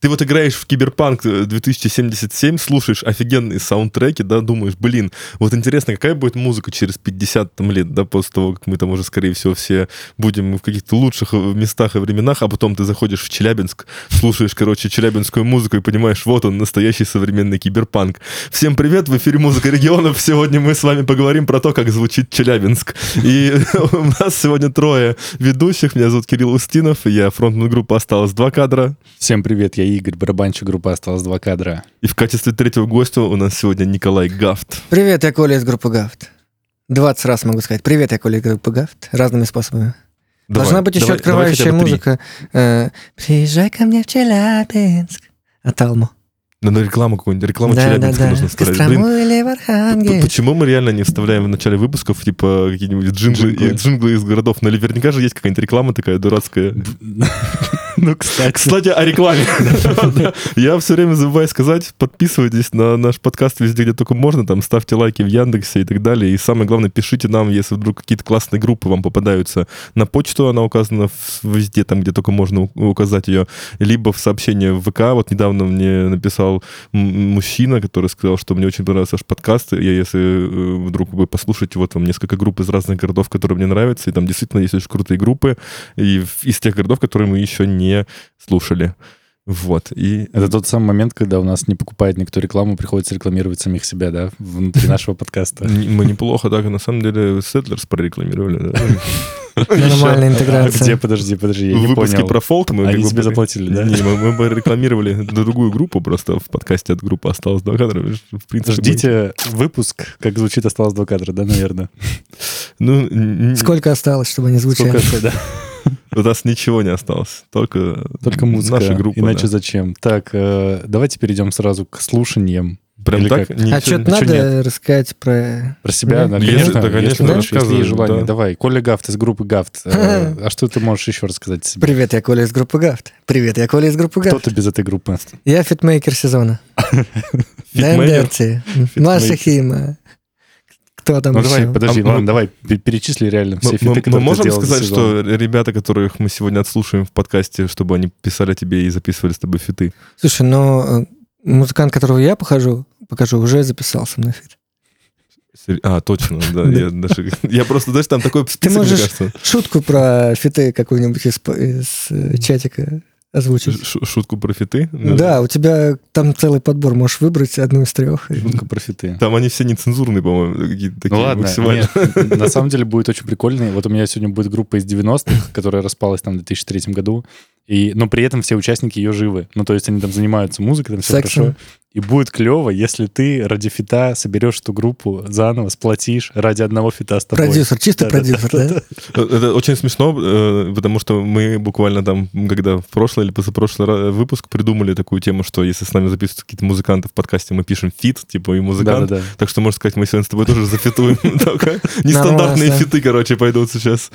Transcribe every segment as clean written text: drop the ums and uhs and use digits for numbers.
Ты вот играешь в Киберпанк 2077, слушаешь офигенные саундтреки, да, думаешь, блин, вот интересно, какая будет музыка через 50 там, лет, да, после того, как мы там уже, скорее всего, все будем в каких-то лучших местах и временах, а потом ты заходишь в Челябинск, слушаешь, короче, челябинскую музыку и понимаешь, вот он, настоящий современный Киберпанк. Всем привет, в эфире «Музыка регионов». Сегодня мы с вами поговорим про то, как звучит Челябинск. И у нас сегодня трое ведущих. Меня зовут Кирилл Устинов, и я фронтмен группы «Осталось 2 кадра». Всем привет, я Игорь, барабанщик группы «Осталось 2 кадра». И в качестве третьего гостя у нас сегодня Николай Гафт. Привет, я Коля из группы Гафт. 20 раз могу сказать. Привет, я Коля из группы Гафт. Разными способами. Должна быть еще открывающая музыка. «Приезжай ко мне в Челябинск». От Алму. Ну, рекламу какую-нибудь, рекламу Челябинска нужно вставлять. Кострому или в Архангельск. Почему мы реально не вставляем в начале выпусков, типа, какие-нибудь джинглы из городов? Наверняка же есть какая-нибудь реклама такая дурацкая. Ну, кстати. Кстати, о рекламе. Я все время забываю сказать, подписывайтесь на наш подкаст везде, где только можно, там, ставьте лайки в Яндексе и так далее. И самое главное, пишите нам, если вдруг какие-то классные группы вам попадаются на почту, она указана везде, там, где только можно указать ее, либо в сообщение в ВК. Вот недавно мне написал мужчина, который сказал, что мне очень понравился ваш подкаст. Я, если вдруг вы послушаете, вот там несколько групп из разных городов, которые мне нравятся, и там действительно есть очень крутые группы, и из тех городов, которые мы еще не слушали. Вот. И... Это тот самый момент, когда у нас не покупает никто рекламу, приходится рекламировать самих себя, да, внутри нашего подкаста. Мы неплохо так, на самом деле, Settlers прорекламировали, да. Нормальная интеграция. Где, подожди, я не понял. В выпуске про фолк мы... Они тебе заплатили, да? Не, мы рекламировали другую группу, просто в подкасте от группы «Осталось 2 кадра». Ждите выпуск, как звучит «Осталось 2 кадра», да, наверное? Сколько осталось, чтобы они звучали? У нас ничего не осталось, только музыка, наша группа. Иначе зачем? Так, давайте перейдем сразу к слушаниям. Прям так? А что-то надо рассказать про себя? Конечно, если есть желание. Давай, Коля Гафт из группы Гафт. А что ты можешь еще рассказать о себе? Привет, я Коля из группы Гафт. Привет, я Коля из группы Гафт. Кто ты без этой группы? Я фитмейкер сезона. Дендерцы. Маша Хима. Кто там еще? Давай, подожди, ладно, давай, перечисли реально все фиты, которые мы можем ты сделал сказать, что ребята, которых мы сегодня отслушаем в подкасте, чтобы они писали тебе и записывали с тобой фиты? Слушай, но музыкант, которого я покажу, уже записался на фит. А, точно, да. Я просто, знаешь, там такой список, мне кажется. Ты можешь шутку про фиты какую-нибудь из чатика озвучить. Шутку про фиты? Да, у тебя там целый подбор, можешь выбрать одну из 3. Шутка про фиты. Там они все нецензурные, по-моему, какие-то такие. Ну ладно, максимально. Нет, на самом деле будет очень прикольно. Вот у меня сегодня будет группа из 90-х, которая распалась там в 2003 году, но при этом все участники ее живы. Ну, то есть они там занимаются музыкой, там все хорошо. И будет клево, если ты ради фита соберешь эту группу заново, сплотишь ради одного фита с тобой. Продюсер, чистый продюсер, да? Это очень смешно, потому что мы буквально там, когда в прошлый или позапрошлый выпуск придумали такую тему, что если с нами записываются какие-то музыканты в подкасте, мы пишем фит, типа и музыкант. Да. Так что, можно сказать, мы сегодня с тобой тоже зафитуем. Нестандартные фиты, короче, пойдут сейчас.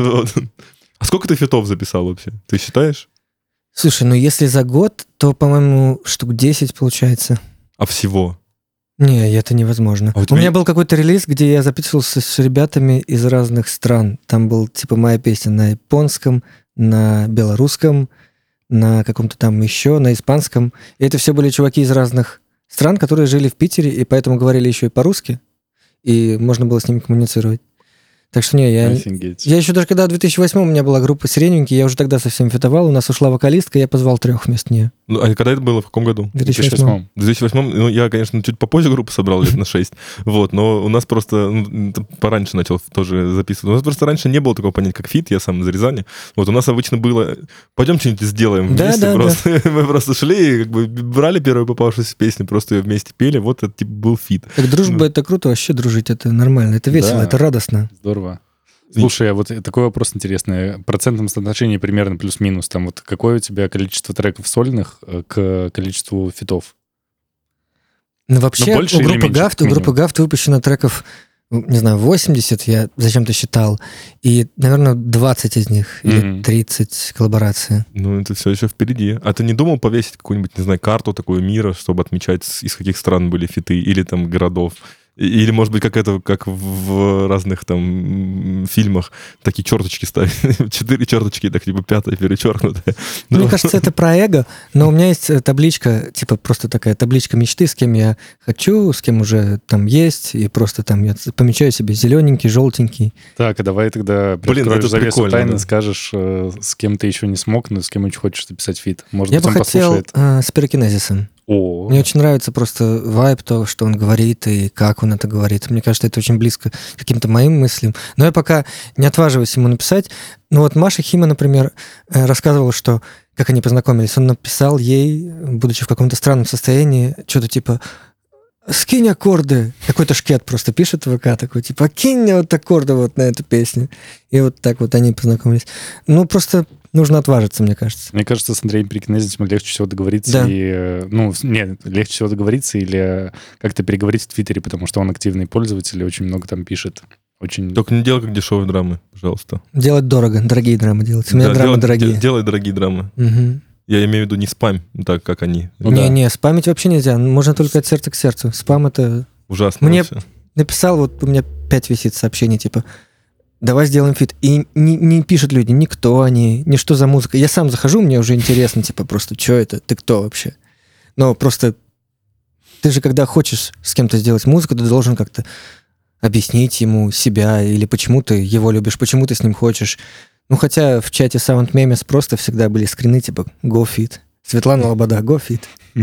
А сколько ты фитов записал вообще? Ты считаешь? Слушай, ну если за год, то, по-моему, штук 10 получается. А всего? Не, это невозможно. У меня был какой-то релиз, где я записывался с ребятами из разных стран. Там был, типа, моя песня на японском, на белорусском, на каком-то там еще, на испанском. И это все были чуваки из разных стран, которые жили в Питере, и поэтому говорили еще и по-русски. И можно было с ними коммуницировать. Так что не, я еще даже когда в 2008 у меня была группа «Сиреневенький», я уже тогда со всеми фитовал, у нас ушла вокалистка, я позвал 3 вместо нее. Ну, а когда это было, в каком году? В 2008. В 2008, ну, я, конечно, чуть попозже группу собрал, лет на 6, вот, но у нас просто, пораньше начал тоже записывать. У нас просто раньше не было такого понятия, как фит, я сам из Рязани. Вот у нас обычно было, пойдем что-нибудь сделаем вместе просто. Мы просто шли и как бы брали первую попавшуюся песню, просто ее вместе пели, вот это типа был фит. Так дружба — это круто, вообще дружить, это нормально, это весело, это радостно. Здорово. Слушай, а вот такой вопрос интересный. Процентном соотношении примерно плюс-минус. Там вот какое у тебя количество треков сольных к количеству фитов? Ну, вообще, у группы Гафт выпущено треков, не знаю, 80, я зачем-то считал, и, наверное, 20 из них, или 30 коллабораций. Ну, это все еще впереди. А ты не думал повесить какую-нибудь, не знаю, карту такую мира, чтобы отмечать, из каких стран были фиты, или там городов? Или, может быть, как в разных там фильмах, такие черточки ставить. 4 черточки, так типа 5-я перечеркнутая. Мне кажется, это про эго, но у меня есть табличка, типа просто такая табличка мечты, с кем я хочу, с кем уже там есть, и просто там я помечаю себе зелененький, желтенький. Так, а давай тогда приоткроешь завесу тайны, скажешь, с кем ты еще не смог, но с кем очень хочешь записать фит. Может я быть, бы хотел с пирокинезисом. Мне очень нравится просто вайб, то, что он говорит и как он это говорит. Мне кажется, это очень близко к каким-то моим мыслям. Но я пока не отваживаюсь ему написать. Ну вот Маша Хима, например, рассказывала, что как они познакомились. Он написал ей, будучи в каком-то странном состоянии, что-то типа «Скинь аккорды». Какой-то шкет просто пишет в ВК такой, типа «Кинь мне вот аккорды вот на эту песню». И вот так вот они познакомились. Ну, просто нужно отважиться, мне кажется. Мне кажется, с Андреем Пирокинезисом легче всего договориться. Да. Легче всего договориться или как-то переговорить в Твиттере, потому что он активный пользователь и очень много там пишет. Очень... Только не делай как дешевые драмы, пожалуйста. Делать дорого, дорогие драмы делать. У меня драмы дорогие. Делай дорогие драмы. Угу. Я имею в виду не спам, так как они. Не, спамить вообще нельзя. Можно только от сердца к сердцу. Спам — это... Ужасно. Мне вообще. написал, вот у меня 5 висит сообщений, типа давай сделаем фит. И не пишут люди, ни кто они, ни что за музыка. Я сам захожу, мне уже интересно, типа, просто, что это? Ты кто вообще? Но просто ты же, когда хочешь с кем-то сделать музыку, ты должен как-то объяснить ему себя, или почему ты его любишь, почему ты с ним хочешь. Ну, хотя в чате Sound Memes просто всегда были скрины, типа, go fit. Светлана Лобода, go fit.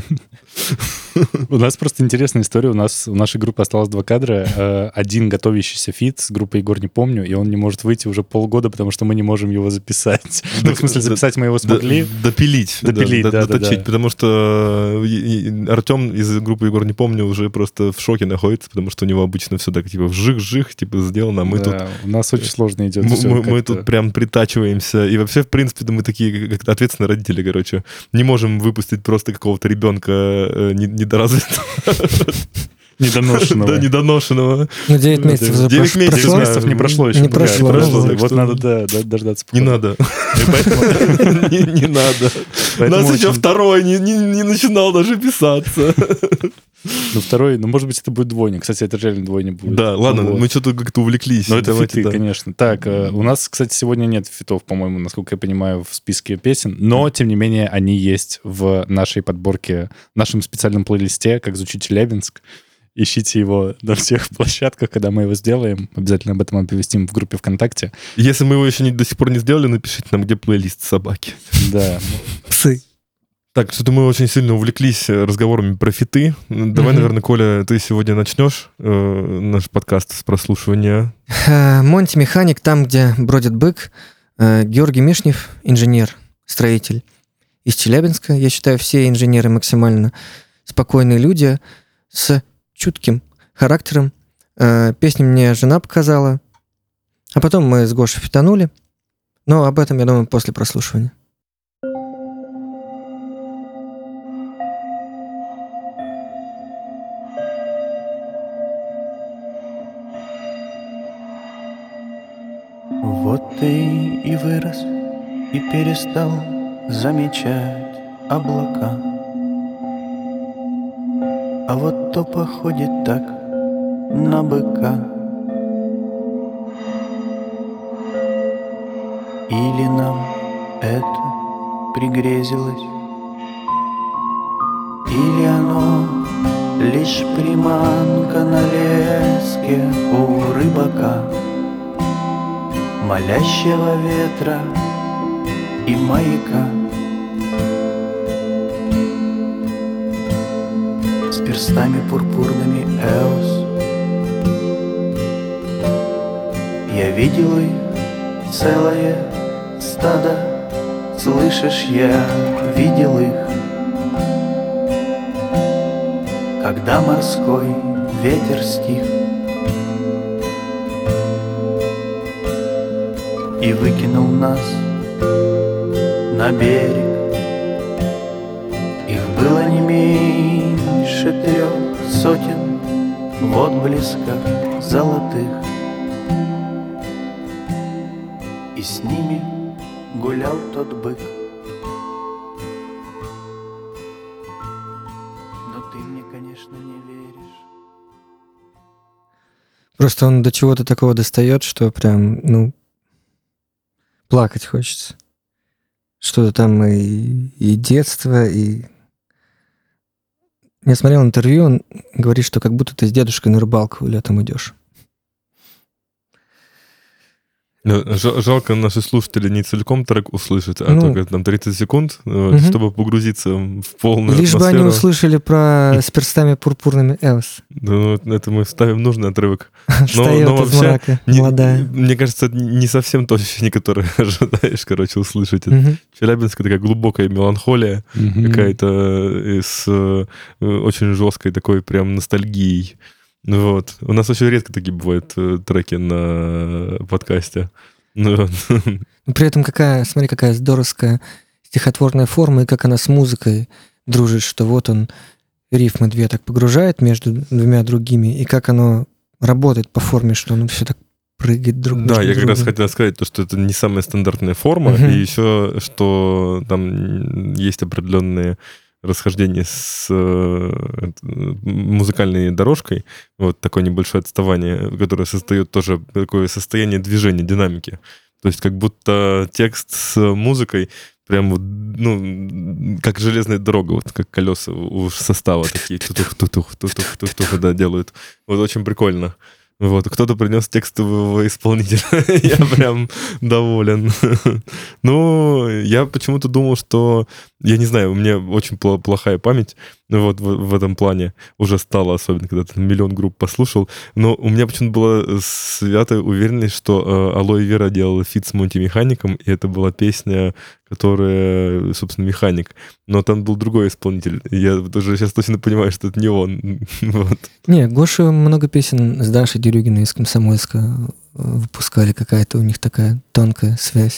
У нас просто интересная история. У нашей группы осталось 2 кадра. Один готовящийся фит с группой «Егор не помню», и он не может выйти уже полгода, потому что мы не можем его записать. Ну, в смысле, записать мы его смогли. Допилить, доточить, да. потому что Артем из группы «Егор не помню» уже просто в шоке находится, потому что у него обычно все так, типа, вжих-вжих, типа, сделано, а мы тут... У нас очень сложно идет. Мы тут прям притачиваемся, и вообще, в принципе, мы такие, как ответственные родители, короче. Не можем выпустить просто какого-то ребенка недоразвитого. Недоношенного. Да, недоношенного. Ну, 9 месяцев уже 9 месяцев не прошло еще. Не прошло. Вот надо дождаться. Не надо. Не надо. У нас еще второй не начинал даже писаться. Ну, второй, может быть, это будет двойник. Кстати, это реально двойник будет. Да, ладно, мы что-то как-то увлеклись. Ну, это фиты, конечно. Так, у нас, кстати, сегодня нет фитов, по-моему, насколько я понимаю, в списке песен, но, тем не менее, они есть в нашей подборке, в нашем специальном плейлисте «Как звучит Челябинск». Ищите его на всех площадках, когда мы его сделаем. Обязательно об этом оповестим в группе ВКонтакте. Если мы его еще до сих пор не сделали, напишите нам, где плейлист собаки. Да. Псы. Так, что-то мы очень сильно увлеклись разговорами про фиты. Давай, наверное, Коля, ты сегодня начнешь наш подкаст с прослушивания. Монти Механик, там, где бродит бык. Георгий Мишнев, инженер, строитель из Челябинска. Я считаю, все инженеры максимально спокойные люди с чутким характером. Песню мне жена показала. А потом мы с Гошей фитанули. Но об этом, я думаю, после прослушивания. Вот ты и вырос, и перестал замечать облака. А вот то походит так на быка. Или нам это пригрезилось, или оно лишь приманка на леске у рыбака, молящего ветра и маяка. С перстами пурпурными Эос я видел их целое стадо, слышишь, я видел их, когда морской ветер стих и выкинул нас на берег. Их было не меньше 300 в отблесках золотых, и с ними гулял тот бык. Но ты мне, конечно, не веришь. Просто он до чего-то такого достает, что прям, ну, плакать хочется. Что-то там и детство, и... Я смотрел интервью, он говорит, что как будто ты с дедушкой на рыбалку летом идешь. Жалко, наши слушатели не целиком трек услышат, а Ну, только там 30 секунд, Мгм. чтобы погрузиться в полную Лишь бы они атмосферу. услышали про с перстами пурпурными Элс. Ну, это мы вставим нужный отрывок. Встает из вообще мрака, молодая. Мне кажется, это не совсем то ощущение, которое ожидаешь, короче, услышать. Мгм. Челябинск — это такая глубокая меланхолия, какая-то с очень жесткой такой прям ностальгией. Вот. У нас очень редко такие бывают треки на подкасте. Ну, вот. Но при этом смотри, какая здоровская стихотворная форма, и как она с музыкой дружит, что вот он рифмы две так погружает между двумя другими, и как оно работает по форме, что оно все так прыгает друг Да, между я как раз другом. хотел сказать, то, что это не самая стандартная форма, Мгм. и еще, что там есть определенные расхождения с музыкальной дорожкой, вот такое небольшое отставание, которое создает тоже такое состояние движения, динамики. То есть как будто текст с музыкой прям вот, ну, как железная дорога, вот как колеса у состава такие тутух-тутух-тутух-тутух, да, делают. Вот очень прикольно. Вот, кто-то принес текстового исполнителя. Я прям доволен. Ну, я почему-то думал, что... Я не знаю, у меня очень плохая память вот в этом плане. Уже стало, особенно когда ты миллион групп послушал. Но у меня почему-то была святая уверенность, что Алоэ Вера делала фит с Монти Механиком, и это была песня, которая, собственно, Механик. Но там был другой исполнитель. Я уже сейчас точно понимаю, что это не он. Вот. Не, Гоша много песен с Дашей Дерюгиной из Комсомольска выпускали, какая-то у них такая тонкая связь.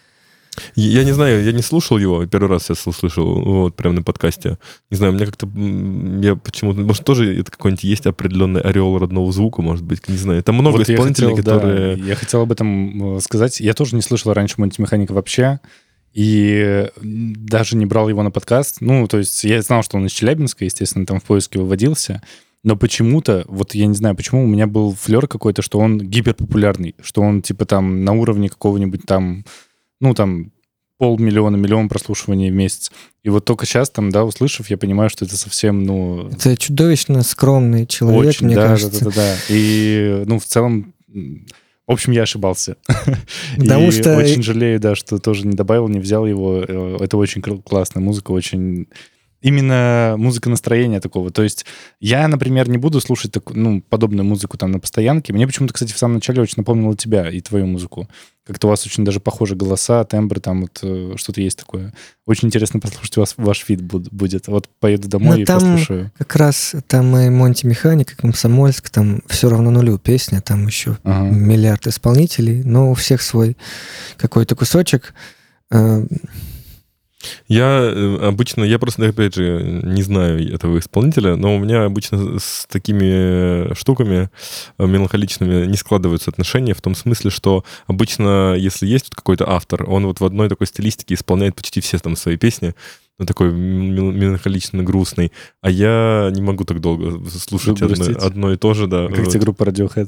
Я не знаю, я не слушал его, первый раз сейчас услышал, вот, прямо на подкасте. Не знаю, у меня как-то, я почему-то, может, тоже это какой-нибудь есть определенный ореол родного звука, может быть, не знаю. Там много Вот исполнителей, которые... Да, я хотел об этом сказать. Я тоже не слышал раньше Монти Механика вообще, и даже не брал его на подкаст. Ну, то есть я знал, что он из Челябинска, естественно, там в поиске выводился, но почему-то, вот я не знаю, почему у меня был флер какой-то, что он гиперпопулярный, что он типа там на уровне какого-нибудь там, ну, там, 500 000, миллион прослушиваний в месяц. И вот только сейчас, там, да, услышав, я понимаю, что это совсем, ну... Это чудовищно скромный человек, очень, мне да, кажется. да. И, ну, в целом, в общем, я ошибался. Потому И что... очень жалею, да, что тоже не добавил, не взял его. Это очень классная музыка, очень... Именно музыка настроения такого. То есть я, например, не буду слушать подобную музыку там на постоянке. Мне почему-то, кстати, в самом начале очень напомнило тебя и твою музыку. Как-то у вас очень даже похожи голоса, тембры, там вот что-то есть такое. Очень интересно послушать ваш фит будет. Вот поеду домой и послушаю. Как раз там и Монти Механик, и Комсомольск, там все равно нулю песня, там еще миллиард исполнителей, но у всех свой какой-то кусочек. Я просто, опять же, не знаю этого исполнителя, но у меня обычно с такими штуками меланхоличными не складываются отношения в том смысле, что обычно, если есть вот какой-то автор, он вот в одной такой стилистике исполняет почти все там свои песни, ну, такой меланхолично-грустный, а я не могу так долго слушать одно и то же, да. Как тебе группа Radiohead?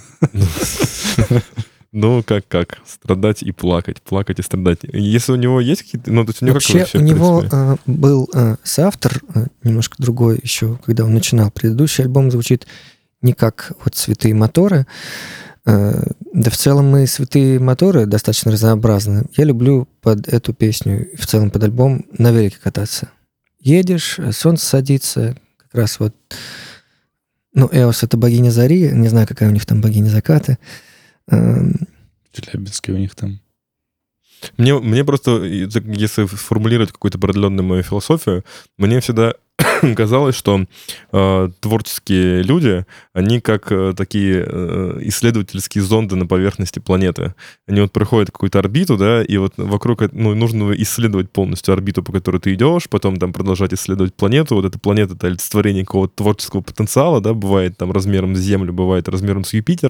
Ну, как? Страдать и плакать. Плакать и страдать. Если у него есть какие-то... Ну, то есть у него вообще, у него был соавтор, немножко другой еще, когда он начинал. Предыдущий альбом звучит не как вот «Святые моторы». Да в целом и «Святые моторы» достаточно разнообразны. Я люблю под эту песню, в целом под альбом, на велике кататься. Едешь, солнце садится, как раз вот... Ну, Эос — это богиня зари, не знаю, какая у них там богиня заката. Челябинский у них там. Мне просто, если формулировать какую-то определенную мою философию, мне всегда казалось, что творческие люди, они как такие исследовательские зонды на поверхности планеты. Они вот проходят какую-то орбиту, да, и вот вокруг, ну, нужно исследовать полностью орбиту, по которой ты идешь, потом там продолжать исследовать планету. Вот эта планета — это олицетворение какого-то творческого потенциала, да, бывает там размером с Землю, бывает размером с Юпитер.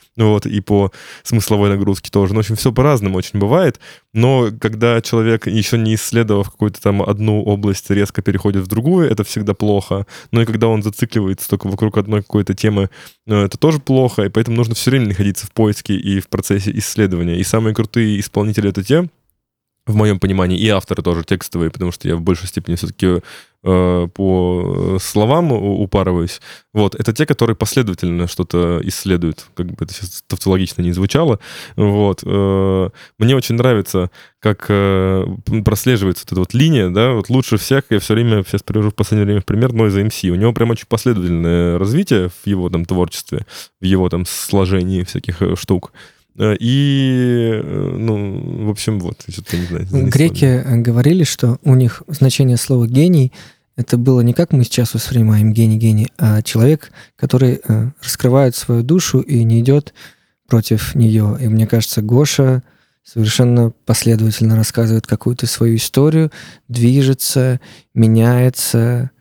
вот, и по смысловой нагрузке тоже. Ну, в общем, все по-разному очень бывает, но когда человек, еще не исследовав какую-то там одну область, резко переходит в другую, это всегда плохо. Но и когда он зацикливается только вокруг одной какой-то темы, это тоже плохо, и поэтому нужно все время находиться в поиске и в процессе исследования. И самые крутые исполнители — это те, в моем понимании, и авторы тоже текстовые, потому что я в большей степени все-таки по словам упарываюсь. Вот, это те, которые последовательно что-то исследуют, как бы это сейчас тавтологично не звучало. Вот. Мне очень нравится, как прослеживается вот эта вот линия, да, вот лучше всех, я все время, сейчас привожу в последнее время в пример, Noise MC. У него прям очень последовательное развитие в его там творчестве, в его там сложении всяких штук. И, ну, в общем, вот. Что-то, не знаю, греки говорили, что у них значение слова «гений» это было не как мы сейчас воспринимаем гений-гений, а человек, который раскрывает свою душу и не идет против нее. И мне кажется, Гоша совершенно последовательно рассказывает какую-то свою историю, движется, меняется,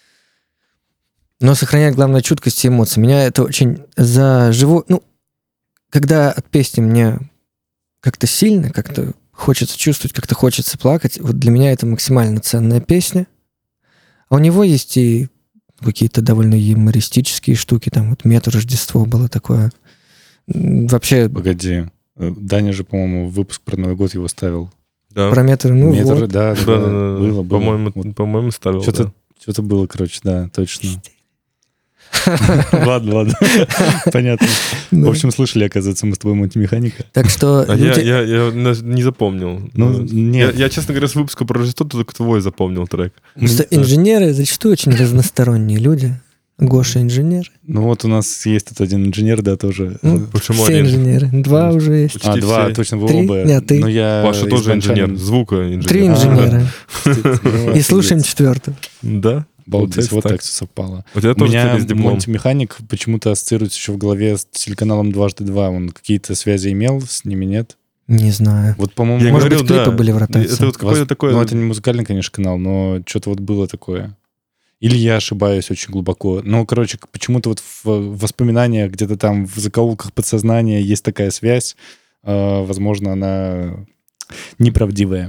но сохраняет, главное, чуткость и эмоции. Меня это очень заживает. Ну, когда от песни мне как-то сильно, как-то хочется чувствовать, как-то хочется плакать, вот для меня это максимально ценная песня. А у него есть и какие-то довольно юмористические штуки, там вот «Мета Рождество» было такое. Вообще... Погоди, Даня же, по-моему, выпуск про Новый год его ставил. Да. Про «Метр», ну Метр, вот. Да, было. По-моему, ставил. Что-то было, короче, да, точно. Ладно. Понятно. В общем, слышали, оказывается, мы с тобой «Мультимеханика». Так что... Я не запомнил. Ну, нет. Я, честно говоря, с выпуска про Рождество только твой запомнил трек. Просто инженеры зачастую очень разносторонние люди. Гоша инженер. Ну вот у нас есть тут один инженер, да, тоже. Почему все один? инженеры. Два уже есть. Почти два, все. точно, вы 3? оба. Нет, ты. Но я Паша тоже изначально- инженер, звука инженер. 3 инженера. И слушаем 4-ю. Да? Балдеть, вот так. так все совпало. У тебя У тоже меня с диплом. «Мультимеханик» почему-то ассоциируется еще в голове с телеканалом «Дважды два». Он какие-то связи имел с ними, нет? Не знаю. Вот, по-моему, Я Может говорил, быть, клипы да. были в ротации. Это вот какое-то такое... Ну, это не музыкальный, конечно, канал, но что-то вот было такое. Или я ошибаюсь очень глубоко. Ну, короче, почему-то вот в воспоминаниях, где-то там в закоулках подсознания есть такая связь. Возможно, она неправдивая.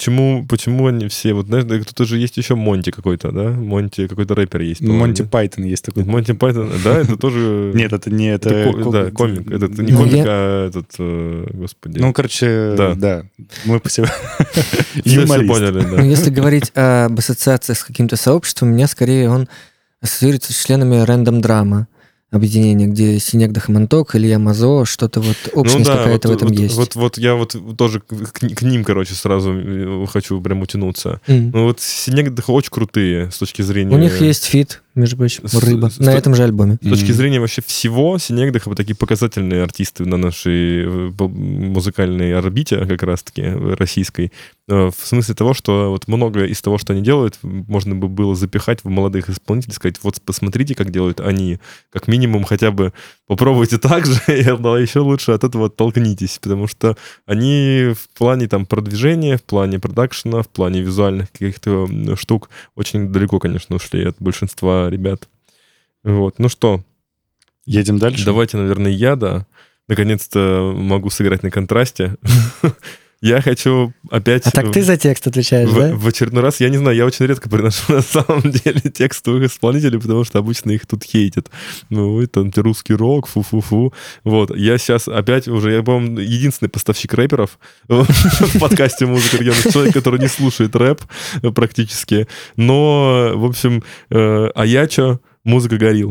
Почему они все... Вот, знаешь, кто-то же есть еще Монти какой-то, да? Монти, какой-то рэпер есть. Монти Пайтон есть такой. Монти Пайтон, да, это тоже... Нет, это не... Это да, комик. Это не Ну, комик, а этот... Господи. Ну, короче, да. Мы по себе... Все Юморист. поняли, Но да. если говорить об ассоциации с каким-то сообществом, у меня скорее он ассоциируется с членами Random Drama объединения, где Синегда Хаманток, Илья Мазо, что-то вот общность какая-то в этом есть. Вот я вот тоже к ним, короче, сразу хочу прям утянуться. Ну вот Синегда очень крутые с точки зрения... У них есть фит, между прочим, «Рыба», с- на этом же альбоме. С точки зрения вообще всего, Синегдах вот такие показательные артисты на нашей музыкальной орбите, как раз-таки, российской. В смысле того, что вот многое из того, что они делают, можно бы было запихать в молодых исполнителей, сказать, вот посмотрите, как делают они. Как минимум хотя бы попробуйте так же, и еще лучше от этого оттолкнитесь, потому что они в плане там продвижения, в плане продакшена, в плане визуальных каких-то штук очень далеко, конечно, ушли от большинства ребят. Вот. Ну что, Едем дальше? давайте, наверное, я наконец-то могу сыграть на контрасте. Я хочу опять... А так ты за текст отвечаешь, да? В очередной раз, я не знаю, я очень редко приношу на самом деле текстовых исполнителей, потому что обычно их тут хейтят. Ну, это русский рок, фу-фу-фу. Вот, я сейчас опять уже, я, по-моему, единственный поставщик рэперов в подкасте «Музыка региона». Человек, который не слушает рэп практически. Но, в общем, а я чё? Музыка горил.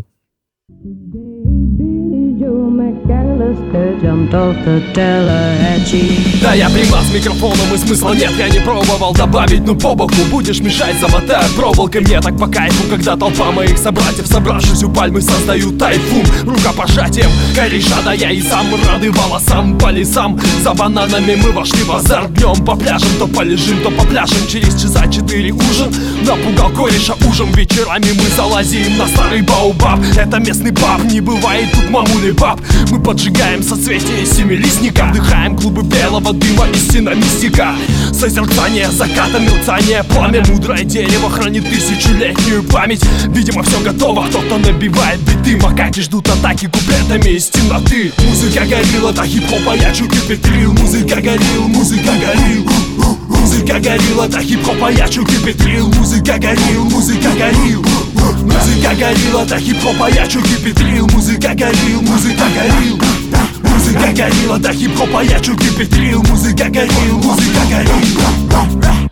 Да, я примат с микрофоном и смысла нет, я не пробовал добавить, ну по боку будешь мешать, замотаю проволокой. Мне так по кайфу, когда толпа моих собратьев, собравшись у пальмы, создают тайфун рукопожатием. Кореша, да я и сам рады волосам по лесам. За бананами мы вошли в базар днем по пляжам, то полежим, то попляшем. Через часа 4 ужин напугал кореша ужин. Вечерами мы залазим на старый баобаб. Это местный паб, не бывает тут мамули баб. Мы поджигаем Изучаем соцветия семилистника, вдыхаем клубы белого дыма, истинно мистика. Созерцание заката, мерцание, пламя. Мудрое дерево хранит тысячелетнюю память. Видимо, все готово, кто-то набивает биты. Макаки ждут атаки куплетами из темноты. Музыка горила, да хип-хопа я чуть кипятрил. Музыка горил, музыка горил. Музыка горила, да хип-хопа я чуть кипятрил. Музыка горил, музыка горил. Музыка горила, да хип-хопа я чуть кипятрил. Музыка горил, музыка горил. Музыка горила, да хип-хопа я чуть кипятрил. Музыка горил, музыка горил.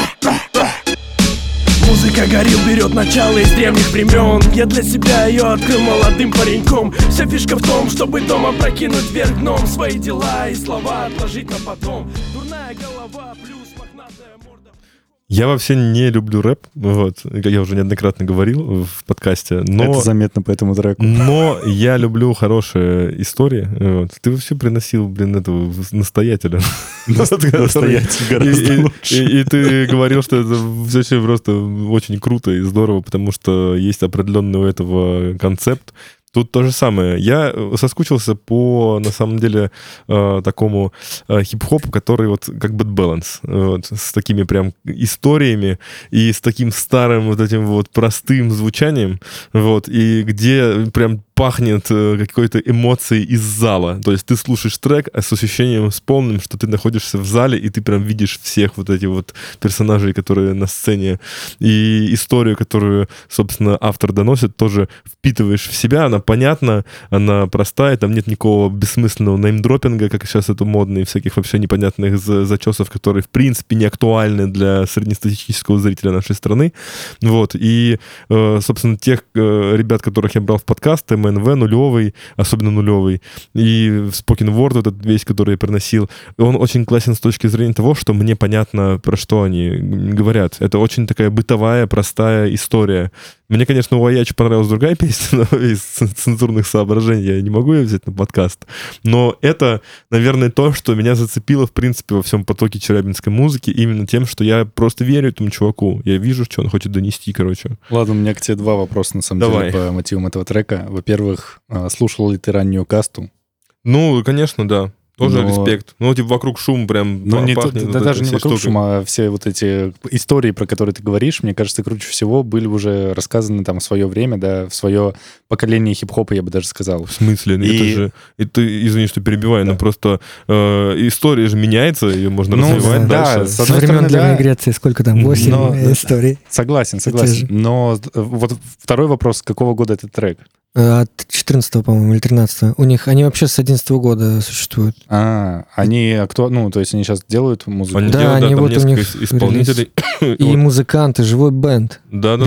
Музыка горил берет начало из древних времен. Я для себя ее открыл молодым пареньком. Вся фишка в том, чтобы дома прокинуть вверх дном. Свои дела и слова отложить на потом. Дурная голова плюс мохнатая морда. Я вообще не люблю рэп, вот, как я уже неоднократно говорил в подкасте, но... Это заметно по этому треку. Но я люблю хорошие истории. Вот. Ты вообще приносил, этого настоятеля. Настоятель гораздо лучше. И ты говорил, что это вообще просто очень круто и здорово, потому что есть определенный у этого концепт. Тут то же самое. Я соскучился по, на самом деле, такому хип-хопу, который вот как Bad Balance, вот, с такими прям историями и с таким старым вот этим вот простым звучанием, вот, и где прям пахнет какой-то эмоцией из зала. То есть ты слушаешь трек с ощущением, с полным, что ты находишься в зале, и ты прям видишь всех вот этих вот персонажей, которые на сцене. И историю, которую, собственно, автор доносит, тоже впитываешь в себя. Она понятна, она простая, там нет никакого бессмысленного неймдропинга, как сейчас это модно, и всяких вообще непонятных зачесов, которые, в принципе, не актуальны для среднестатистического зрителя нашей страны. Вот. И, собственно, тех ребят, которых я брал в подкасты, МНВ нулевый, особенно нулевый, и Spoken Word этот весь, который я приносил, он очень классен с точки зрения того, что мне понятно, про что они говорят. Это очень такая бытовая, простая история. Мне, конечно, у Аячи понравилась другая песня, но из цензурных соображений я не могу ее взять на подкаст. Но это, наверное, то, что меня зацепило, в принципе, во всем потоке челябинской музыки, именно тем, что я просто верю этому чуваку. Я вижу, что он хочет донести, короче. Ладно, у меня к тебе два вопроса, на самом деле, по мотивам этого трека. Во-первых, слушал ли ты раннюю касту? Ну, конечно, да. Тоже респект. Ну, типа, вокруг шум прям пахнет. Да даже не вокруг шума, а все вот эти истории, про которые ты говоришь, мне кажется, круче всего были уже рассказаны там в свое время, да, в свое поколение хип-хопа, я бы даже сказал. В смысле? Это же... извини, что перебиваю, да. Но просто история же меняется, ее можно развивать дальше. Со времен Древней Греции сколько там? 8 историй. Согласен. Но вот второй вопрос, какого года этот трек? От 14-го, по-моему, или 13-го. У них, они вообще с 11-го года существуют. Они ну, то есть они сейчас делают музыку? Они делают, они вот у них исполнителей. И музыканты, живой бенд. Да.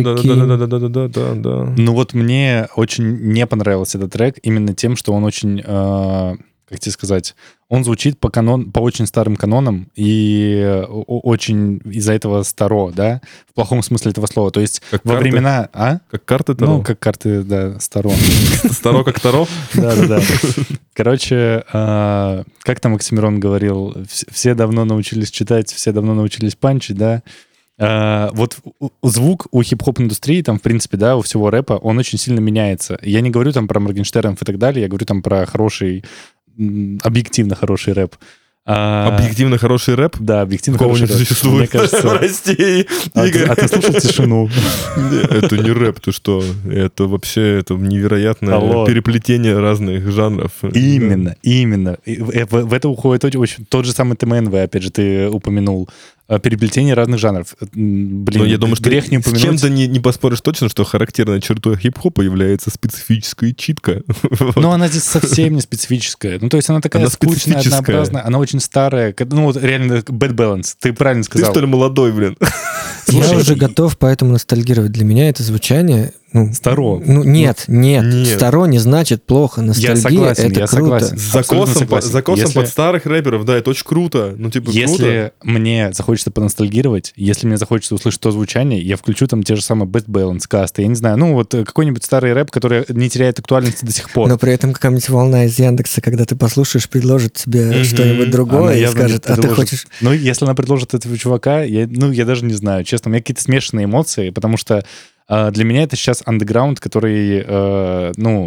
Ну вот мне очень не понравился этот трек именно тем, что он очень... как тебе сказать, он звучит по очень старым канонам и очень из-за этого старо, да, в плохом смысле этого слова. То есть как во карты? Времена... Как карты Таро? Ну, как карты, да, старо. Старо как Таро? Да. Короче, как там Оксимирон говорил, все давно научились читать, все давно научились панчить, да. Вот звук у хип-хоп-индустрии, там, в принципе, да, у всего рэпа, он очень сильно меняется. Я не говорю там про Моргенштернов и так далее, я говорю там про хороший, объективно хороший рэп. Объективно хороший рэп? Да, объективно Такого хороший не существует в России. А ты слушал «Тишину»? Это не рэп, ты что? Это вообще невероятное переплетение разных жанров. Именно. В это уходит очень... Тот же самый ТМНВ, опять же, ты упомянул. Переплетение разных жанров. Блин, я думаю, что грех не упомянуть. С чем-то не поспоришь точно, что характерной чертой хип-хопа является специфическая читка. Но она здесь совсем не специфическая. Ну, то есть она такая скучная, однообразная, она очень старая. Ну, вот реально bad balance. Ты правильно сказал. Ты, что ли, молодой, блин? Я уже готов поэтому ностальгировать. Для меня это звучание... Старо. Нет. Старо не значит плохо. Ностальгия — это круто. С закосом под старых рэперов, да, это очень круто. Если мне захочется поностальгировать, если мне захочется услышать то звучание, я включу там те же самые Bad Balance, касты, я не знаю, ну вот какой-нибудь старый рэп, который не теряет актуальности до сих пор. Но при этом какая-нибудь волна из Яндекса, когда ты послушаешь, предложит тебе что-нибудь другое и скажет, а ты хочешь... Ну, если она предложит этого чувака, я даже не знаю, честно, у меня какие-то смешанные эмоции, потому что для меня это сейчас андеграунд, который,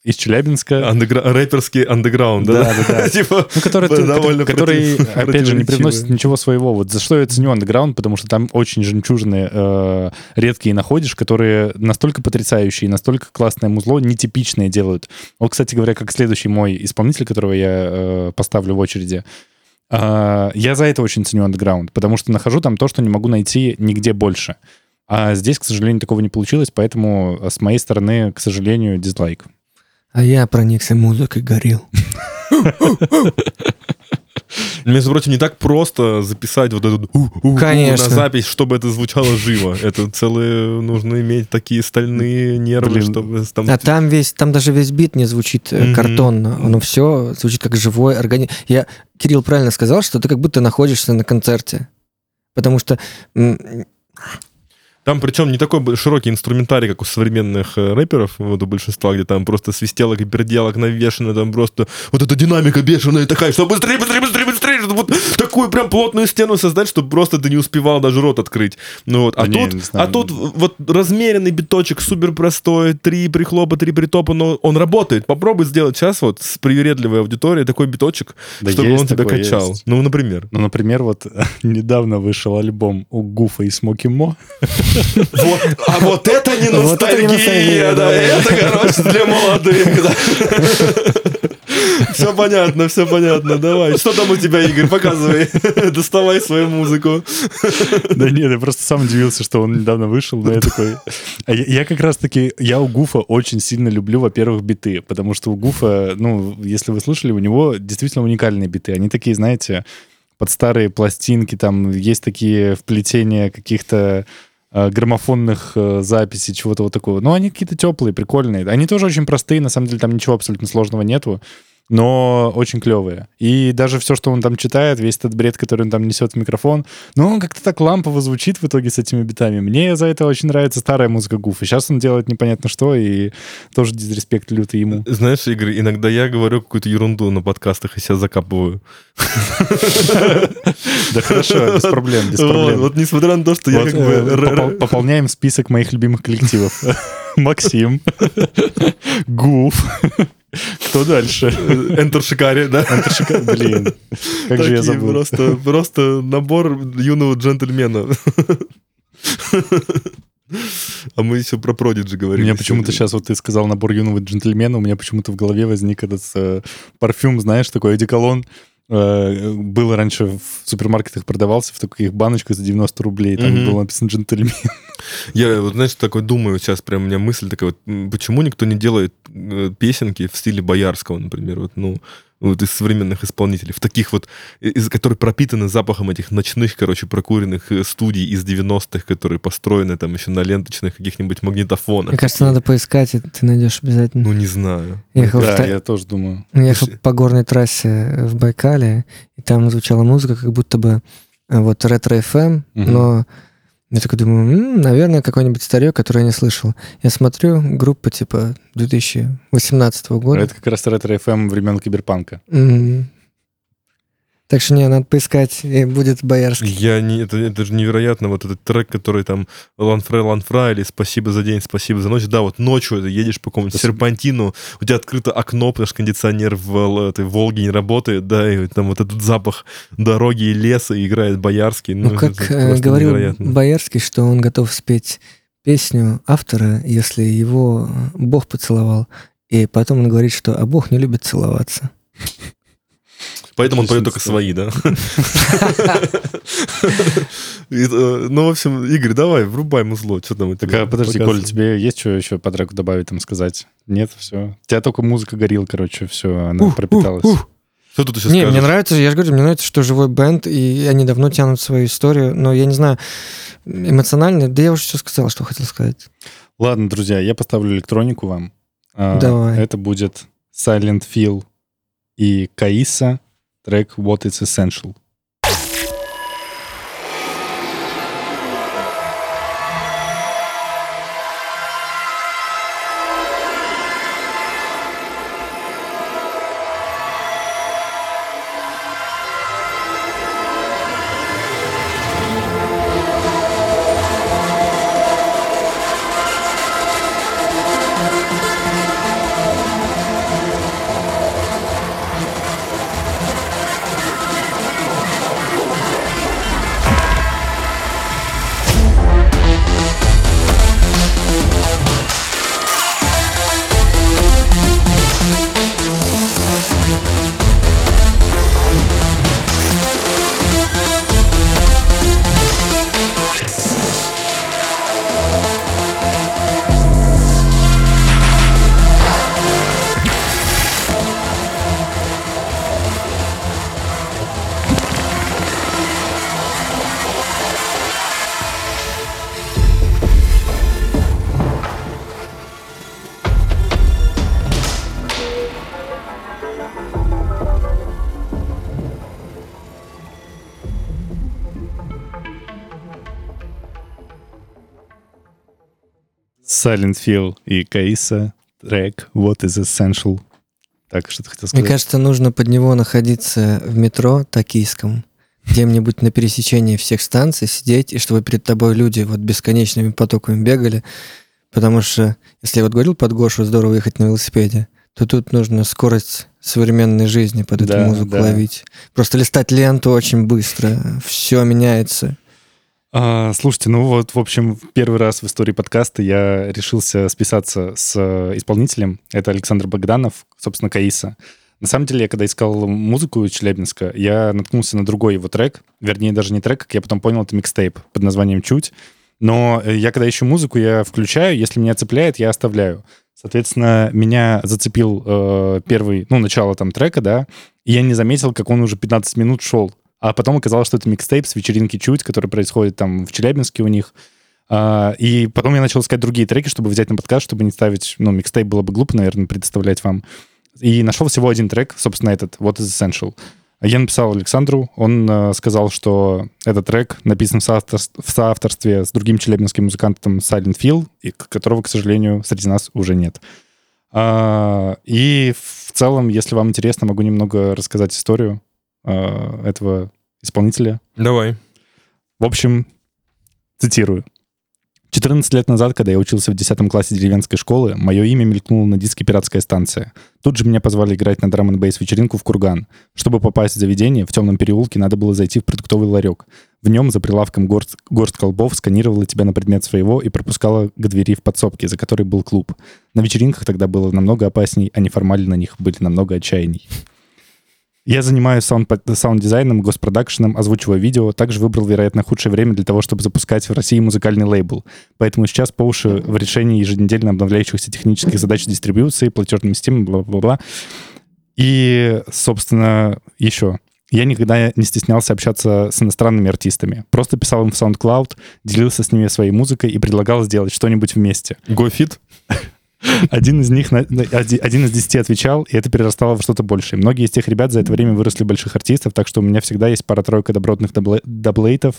из Челябинска. Рэперский андеграунд, да? Да. Типа, который, опять же, не привносит ничего своего. Вот за что я ценю андеграунд, потому что там очень жемчужные, редкие находишь, которые настолько потрясающие, настолько классное музло, нетипичное делают. Вот, кстати говоря, как следующий мой исполнитель, которого я поставлю в очереди, я за это очень ценю андеграунд, потому что нахожу там то, что не могу найти нигде больше. А здесь, к сожалению, такого не получилось, поэтому с моей стороны, к сожалению, дизлайк. А я проникся музыкой, горел. Между прочим, не так просто записать вот эту на запись, чтобы это звучало живо. Это целые... Нужно иметь такие стальные нервы, чтобы... А там даже весь бит не звучит картонно. Оно все звучит как живой организм. Кирилл правильно сказал, что ты как будто находишься на концерте. Потому что... Там причем не такой широкий инструментарий, как у современных рэперов, вот у большинства, где там просто свистелок и переделок навешано, там просто вот эта динамика бешеная такая, что быстрее, вот такую прям плотную стену создать, чтобы просто ты не успевал даже рот открыть. Ну вот. Тут вот размеренный биточек, супер простой, 3 прихлопа, 3 притопа, но он работает. Попробуй сделать сейчас вот с привередливой аудиторией такой биточек, чтобы он тебя качал. Есть. Ну, например. Ну, например, вот недавно вышел альбом у Гуфа и Смоки Мо. А вот это не ностальгия, да, это, короче, для молодых, да. Все понятно, давай. Что там у тебя, Игорь, показывай, доставай свою музыку. Да нет, я просто сам удивился, что он недавно вышел, да, я такой... Я как раз-таки, я у Гуфа очень сильно люблю, во-первых, биты, потому что у Гуфа, ну, если вы слышали, у него действительно уникальные биты, они такие, знаете, под старые пластинки, там есть такие вплетения каких-то граммофонных записей, чего-то вот такого. Но они какие-то теплые, прикольные. Они тоже очень простые, на самом деле там ничего абсолютно сложного нету, но очень клевые. И даже все, что он там читает, весь этот бред, который он там несет в микрофон, ну, он как-то так лампово звучит в итоге с этими битами. Мне за это очень нравится старая музыка Гуфа. Сейчас он делает непонятно что, и тоже дизреспект лютый ему. Знаешь, Игорь, иногда я говорю какую-то ерунду на подкастах и себя закапываю. Да хорошо, без проблем. Вот несмотря на то, что я как бы... Пополняем список моих любимых коллективов. Максим, Гуф. Кто дальше? Enter Shikari, да? Enter Shikari, блин. Как же я забыл. Просто набор юного джентльмена. А мы еще про Prodigy говорили. У меня почему-то сейчас, вот ты сказал набор юного джентльмена, у меня почему-то в голове возник этот парфюм, знаешь, такой одеколон. Был раньше в супермаркетах, продавался в таких баночках за 90 рублей. Там было написано «Джентльмен». Я, вот, знаешь, такой думаю, сейчас прям у меня мысль такая, вот, почему никто не делает песенки в стиле Боярского, например, вот, ну, вот из современных исполнителей, в таких вот, которые пропитаны запахом этих ночных, короче, прокуренных студий из 90-х, которые построены там еще на ленточных каких-нибудь магнитофонах. Мне кажется, надо поискать, и ты найдешь обязательно. Ну, не знаю. Я тоже думаю. Ехал по горной трассе в Байкале, и там звучала музыка, как будто бы вот ретро-ФМ, но я такой думаю, наверное, какой-нибудь старье, который я не слышал. Я смотрю, группа типа 2018 года. Это как раз ретро-ФМ времен Киберпанка. Так что не, надо поискать, и будет Боярский. Это же невероятно, вот этот трек, который там Ланфра или «Спасибо за день, спасибо за ночь». Да, вот ночью ты едешь по какому-нибудь серпантину, у тебя открыто окно, потому что кондиционер в этой Волге не работает, да, и там вот этот запах дороги и леса, и играет Боярский. Ну как говорил Боярский, что он готов спеть песню автора, если его Бог поцеловал, и потом он говорит, что «а Бог не любит целоваться». Поэтому он поет только свои, да? Ну, в общем, Игорь, давай, врубай музло. Что там? Так, подожди, Коля, тебе есть что еще по треку добавить, там сказать? Нет, все. У тебя только музыка горела, короче, все, она пропиталась. Что тут еще скажешь? Не, мне нравится, я же говорю, мне нравится, что живой бэнд, и они давно тянут свою историю, но я не знаю, эмоционально, да я уже все сказал, что хотел сказать. Ладно, друзья, я поставлю электронику вам. Давай. Это будет Silent Feel и Каиса, трек What Is Essential. Silent Hill и Каиса, трек What is Essential. Так, что ты хотел сказать? Мне кажется, нужно под него находиться в метро токийском, где-нибудь на пересечении всех станций сидеть, и чтобы перед тобой люди вот бесконечными потоками бегали, потому что, если я вот говорил под Гошу, здорово ехать на велосипеде, то тут нужно скорость современной жизни под эту музыку ловить. Просто листать ленту очень быстро, все меняется. Слушайте, ну вот, в общем, первый раз в истории подкаста я решился списаться с исполнителем. Это Александр Богданов, собственно, Каиса. На самом деле, я когда искал музыку из Челябинска, я наткнулся на другой его трек. Вернее, даже не трек, как я потом понял, это микстейп под названием «Чуть». Но я, когда ищу музыку, я включаю, если меня цепляет, я оставляю. Соответственно, меня зацепил первый, начало там трека, да, и я не заметил, как он уже 15 минут шел. А потом оказалось, что это микстейп с вечеринки «Чуть», который происходит там в Челябинске у них. И потом я начал искать другие треки, чтобы взять на подкаст, чтобы не ставить... микстейп было бы глупо, наверное, предоставлять вам. И нашел всего один трек, собственно, этот, What is Essential. Я написал Александру, он сказал, что этот трек написан в соавторстве с другим челябинским музыкантом Silent Hill, которого, к сожалению, среди нас уже нет. И в целом, если вам интересно, могу немного рассказать историю этого исполнителя. Давай. В общем, цитирую. 14 лет назад, когда я учился в 10 классе деревенской школы, мое имя мелькнуло на диске «Пиратская станция». Тут же меня позвали играть на драм-н-бейс вечеринку в Курган. Чтобы попасть в заведение, в темном переулке надо было зайти в продуктовый ларек. В нем за прилавком горсть колбов сканировала тебя на предмет своего и пропускала к двери в подсобке, за которой был клуб. На вечеринках тогда было намного опасней, а неформально на них были намного отчаянней. Я занимаюсь саунд-дизайном, госпродакшеном, озвучиваю видео. Также выбрал, вероятно, худшее время для того, чтобы запускать в России музыкальный лейбл. Поэтому сейчас по уши в решении еженедельно обновляющихся технических задач дистрибьюции, платежными системами, бла-бла-бла. И, собственно, еще. Я никогда не стеснялся общаться с иностранными артистами. Просто писал им в SoundCloud, делился с ними своей музыкой и предлагал сделать что-нибудь вместе. Go fit? Один из 10 отвечал, и это перерастало во что-то большее. Многие из тех ребят за это время выросли больших артистов, так что у меня всегда есть пара-тройка добротных даблейтов.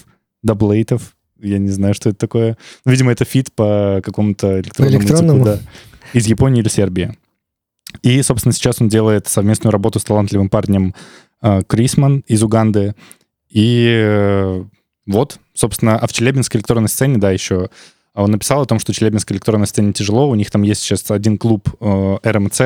Я не знаю, что это такое. Видимо, это фит по какому-то электронному циклу, да, из Японии или Сербии. И, собственно, сейчас он делает совместную работу с талантливым парнем Крисман из Уганды. И вот, собственно, а в челябинской электронной сцене, да, еще... Он написал о том, что челябинской электронной сцене тяжело. У них там есть сейчас один клуб РМЦ,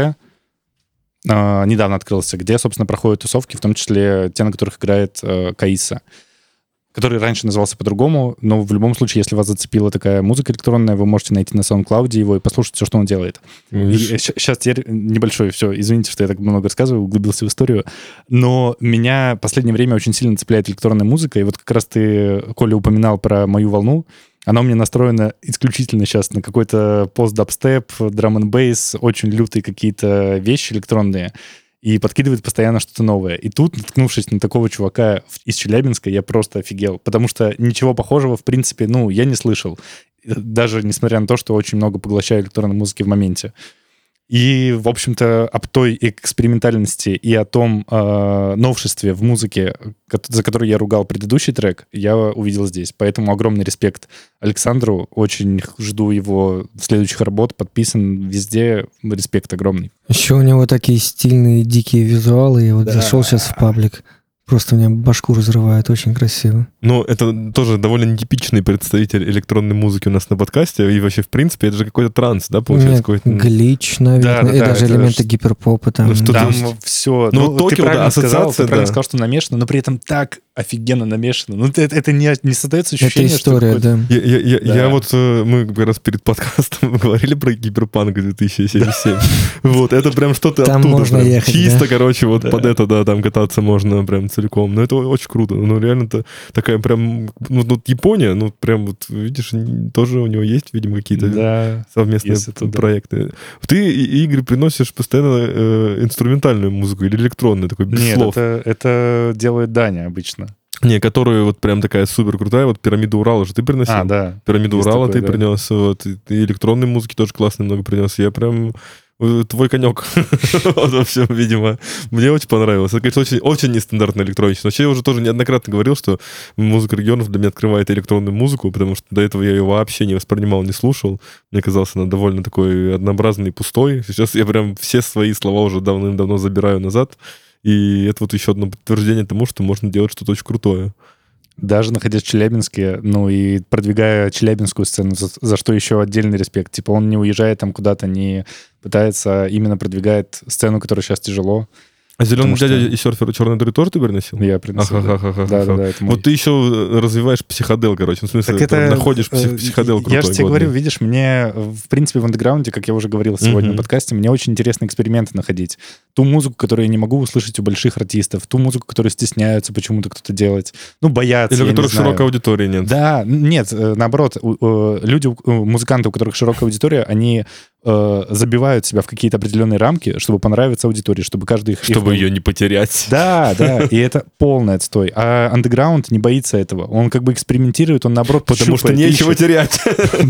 недавно открылся, где, собственно, проходят тусовки, в том числе те, на которых играет Каиса, который раньше назывался по-другому, но в любом случае, если вас зацепила такая музыка электронная, вы можете найти на SoundCloud его и послушать все, что он делает. Сейчас теперь небольшой, все, извините, что я так много рассказываю, углубился в историю, но меня в последнее время очень сильно цепляет электронная музыка, и вот как раз ты, Коля, упоминал про мою волну. Она у меня настроена исключительно сейчас на какой-то пост-дабстеп, драм-н-бейс, очень лютые какие-то вещи электронные, и подкидывает постоянно что-то новое. И тут, наткнувшись на такого чувака из Челябинска, я просто офигел, потому что ничего похожего, в принципе, я не слышал, даже несмотря на то, что очень много поглощаю электронной музыки в моменте. И, в общем-то, об той экспериментальности и о том новшестве в музыке, за который я ругал предыдущий трек, я увидел здесь. Поэтому огромный респект Александру. Очень жду его следующих работ. Подписан везде. Респект огромный. Еще у него такие стильные, дикие визуалы. Я вот зашел сейчас в паблик. Просто у меня башку разрывает, очень красиво. Ну, это тоже довольно нетипичный представитель электронной музыки у нас на подкасте. И вообще, в принципе, это же какой-то транс, да, получается? Какой-то... Глич, наверное, и даже элементы гиперпопа там. Там все. Токио, ты правильно сказал, да. что намешано, но при этом так офигенно намешано. Это не создается ощущение, это история, что... да. Я вот, мы как раз перед подкастом говорили про Киберпанк 2077. Вот, это прям что-то оттуда. Там можно ехать, чисто, короче, вот под это, да, там кататься можно прям целиком. Но это очень круто. Ну, реально-то такая прям... Япония, прям вот, видишь, тоже у него есть, видимо, какие-то совместные проекты. Ты, Игорь, приносишь постоянно инструментальную музыку или электронную, такой, без слов? Нет, это делает Даня обычно. Не, которую вот прям такая супер крутая, вот «Пирамида Урала» же ты приносил. Да. «Пирамиду Есть Урала» такое, ты принес, вот, и электронной музыки тоже классно много принес. Я прям твой конек. Вот во всем, видимо. Мне очень понравилось. Это, конечно, очень, очень нестандартная электроника. Вообще, я уже тоже неоднократно говорил, что музыка регионов для меня открывает электронную музыку, потому что до этого я ее вообще не воспринимал, не слушал. Мне казалось, она довольно такой однообразный и пустой. Сейчас я прям все свои слова уже давным-давно забираю назад. И это вот еще одно подтверждение тому, что можно делать что-то очень крутое. Даже находясь в Челябинске, ну и продвигая челябинскую сцену, за что еще отдельный респект. Типа он не уезжает там куда-то, не пытается, именно продвигает сцену, которая сейчас тяжело. А «Зеленый дядя» и «Серфер черной дыры» тоже ты приносил? Я приносил. Да. Вот ты еще развиваешь психодел, короче. В смысле, ты находишь психодел крутой. Я же тебе говорю, видишь, мне, в принципе, в андеграунде, как я уже говорил сегодня в подкасте, мне очень интересно эксперименты находить. Ту музыку, которую я не могу услышать у больших артистов, ту музыку, которую стесняются почему-то кто-то делать, ну, боятся, или у которых широкой аудитории нет. Да, нет, наоборот, люди, музыканты, у которых широкая аудитория, они забивают себя в какие-то определенные рамки, чтобы понравиться аудитории, чтобы каждый их... Чтобы ее не потерять. Да, и это полный отстой. А андеграунд не боится этого. Он как бы экспериментирует, он наоборот потому что нечего терять.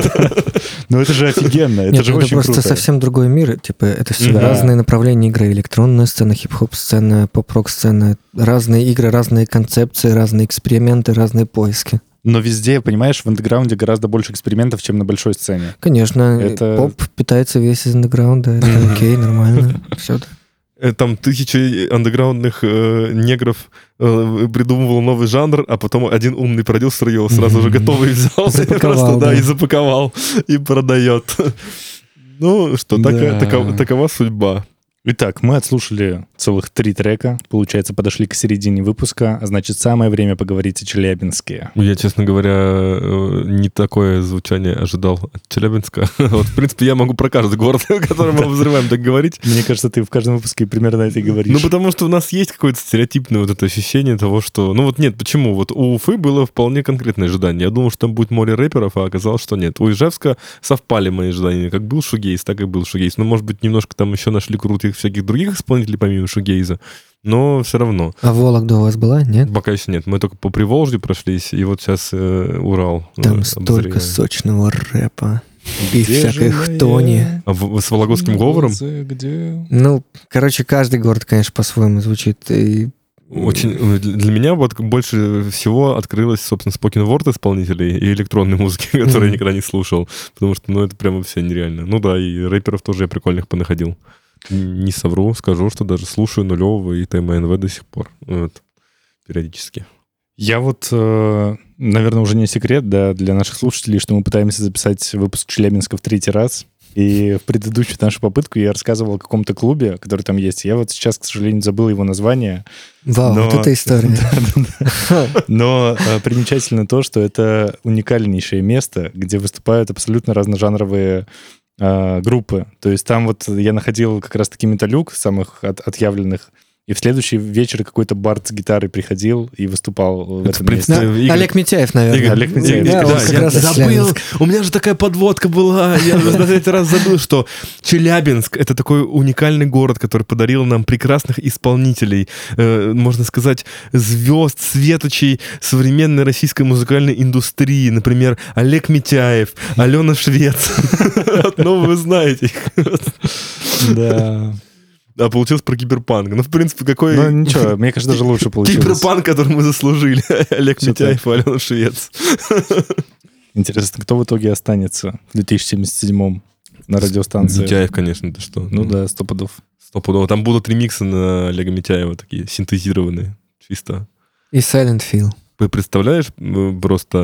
Ну это же офигенно, это же очень круто. Это просто совсем другой мир. Типа это все разные направления игры. Электронная сцена, хип-хоп сцена, поп-рок сцена. Разные игры, разные концепции, разные эксперименты, разные поиски. Но везде, понимаешь, в андеграунде гораздо больше экспериментов, чем на большой сцене. Конечно, поп питается весь из андеграунда, это окей, нормально, все. Там тысячи андеграундных негров придумывал новый жанр, а потом один умный продюсер его сразу же готовый взял и запаковал, и продает. Ну что, такова судьба. Итак, мы отслушали целых 3 трека. Получается, подошли к середине выпуска. А значит, самое время поговорить о Челябинске. Я, честно говоря, не такое звучание ожидал от Челябинска. Вот, в принципе, я могу про каждый город, который мы взрываем, так говорить. Мне кажется, ты в каждом выпуске примерно это и говоришь. Ну, потому что у нас есть какое-то стереотипное вот это ощущение того, что... Ну, вот нет, почему? Вот у Уфы было вполне конкретное ожидание. Я думал, что там будет море рэперов, а оказалось, что нет. У Ижевска совпали мои ожидания. Как был шугейз, так и был шугейз. Но, может быть, немножко там еще нашли крутых всяких других исполнителей, помимо шугейза. Но все равно. А Вологда у вас была, нет? Пока еще нет. Мы только по Приволжью прошлись, и вот сейчас Урал. Там столько сочного рэпа. И всякой хтони. А с вологодским говором? Ну, короче, каждый город, конечно, по-своему звучит. И... Очень для меня вот больше всего открылось, собственно, spoken word исполнителей и электронной музыки, которые я никогда не слушал. Потому что, ну, это прямо все нереально. Ну да, и рэперов тоже я прикольных понаходил. Не совру, скажу, что даже слушаю Нулевого и ТМНВ до сих пор. Вот, периодически. Я вот, наверное, уже не секрет, да, для наших слушателей, что мы пытаемся записать выпуск Челябинска в 3-й раз. И в предыдущую нашу попытку я рассказывал о каком-то клубе, который там есть. Я вот сейчас, к сожалению, забыл его название. Вау, вот это история. Но примечательно то, что это уникальнейшее место, где выступают абсолютно разножанровые группы. То есть там вот я находил как раз-таки металюк, самых отъявленных, и в следующий вечер какой-то бард с гиtarой приходил и выступал в этом месте. Да, Олег Митяев, наверное. Игорь, Олег Митяев. Да, я забыл. У меня же такая подводка была. Я на третий раз забыл, что Челябинск — это такой уникальный город, который подарил нам прекрасных исполнителей, можно сказать, звезд, светочей современной российской музыкальной индустрии. Например, Олег Митяев, Алена Швец. Ну, вы знаете их. Да. А получилось про киберпанк. Ну, в принципе, какой... Ну, ничего, мне кажется, даже лучше получилось. Киберпанк, который мы заслужили. Олег Митяев и Алена Швец. Интересно, кто в итоге останется в 2077-м на радиостанции? Митяев, конечно, ты что? Ну да, 100 пудов. 100 пудов. Там будут ремиксы на Олега Митяева, такие синтезированные, чисто. И Silent Hill. Ты представляешь, просто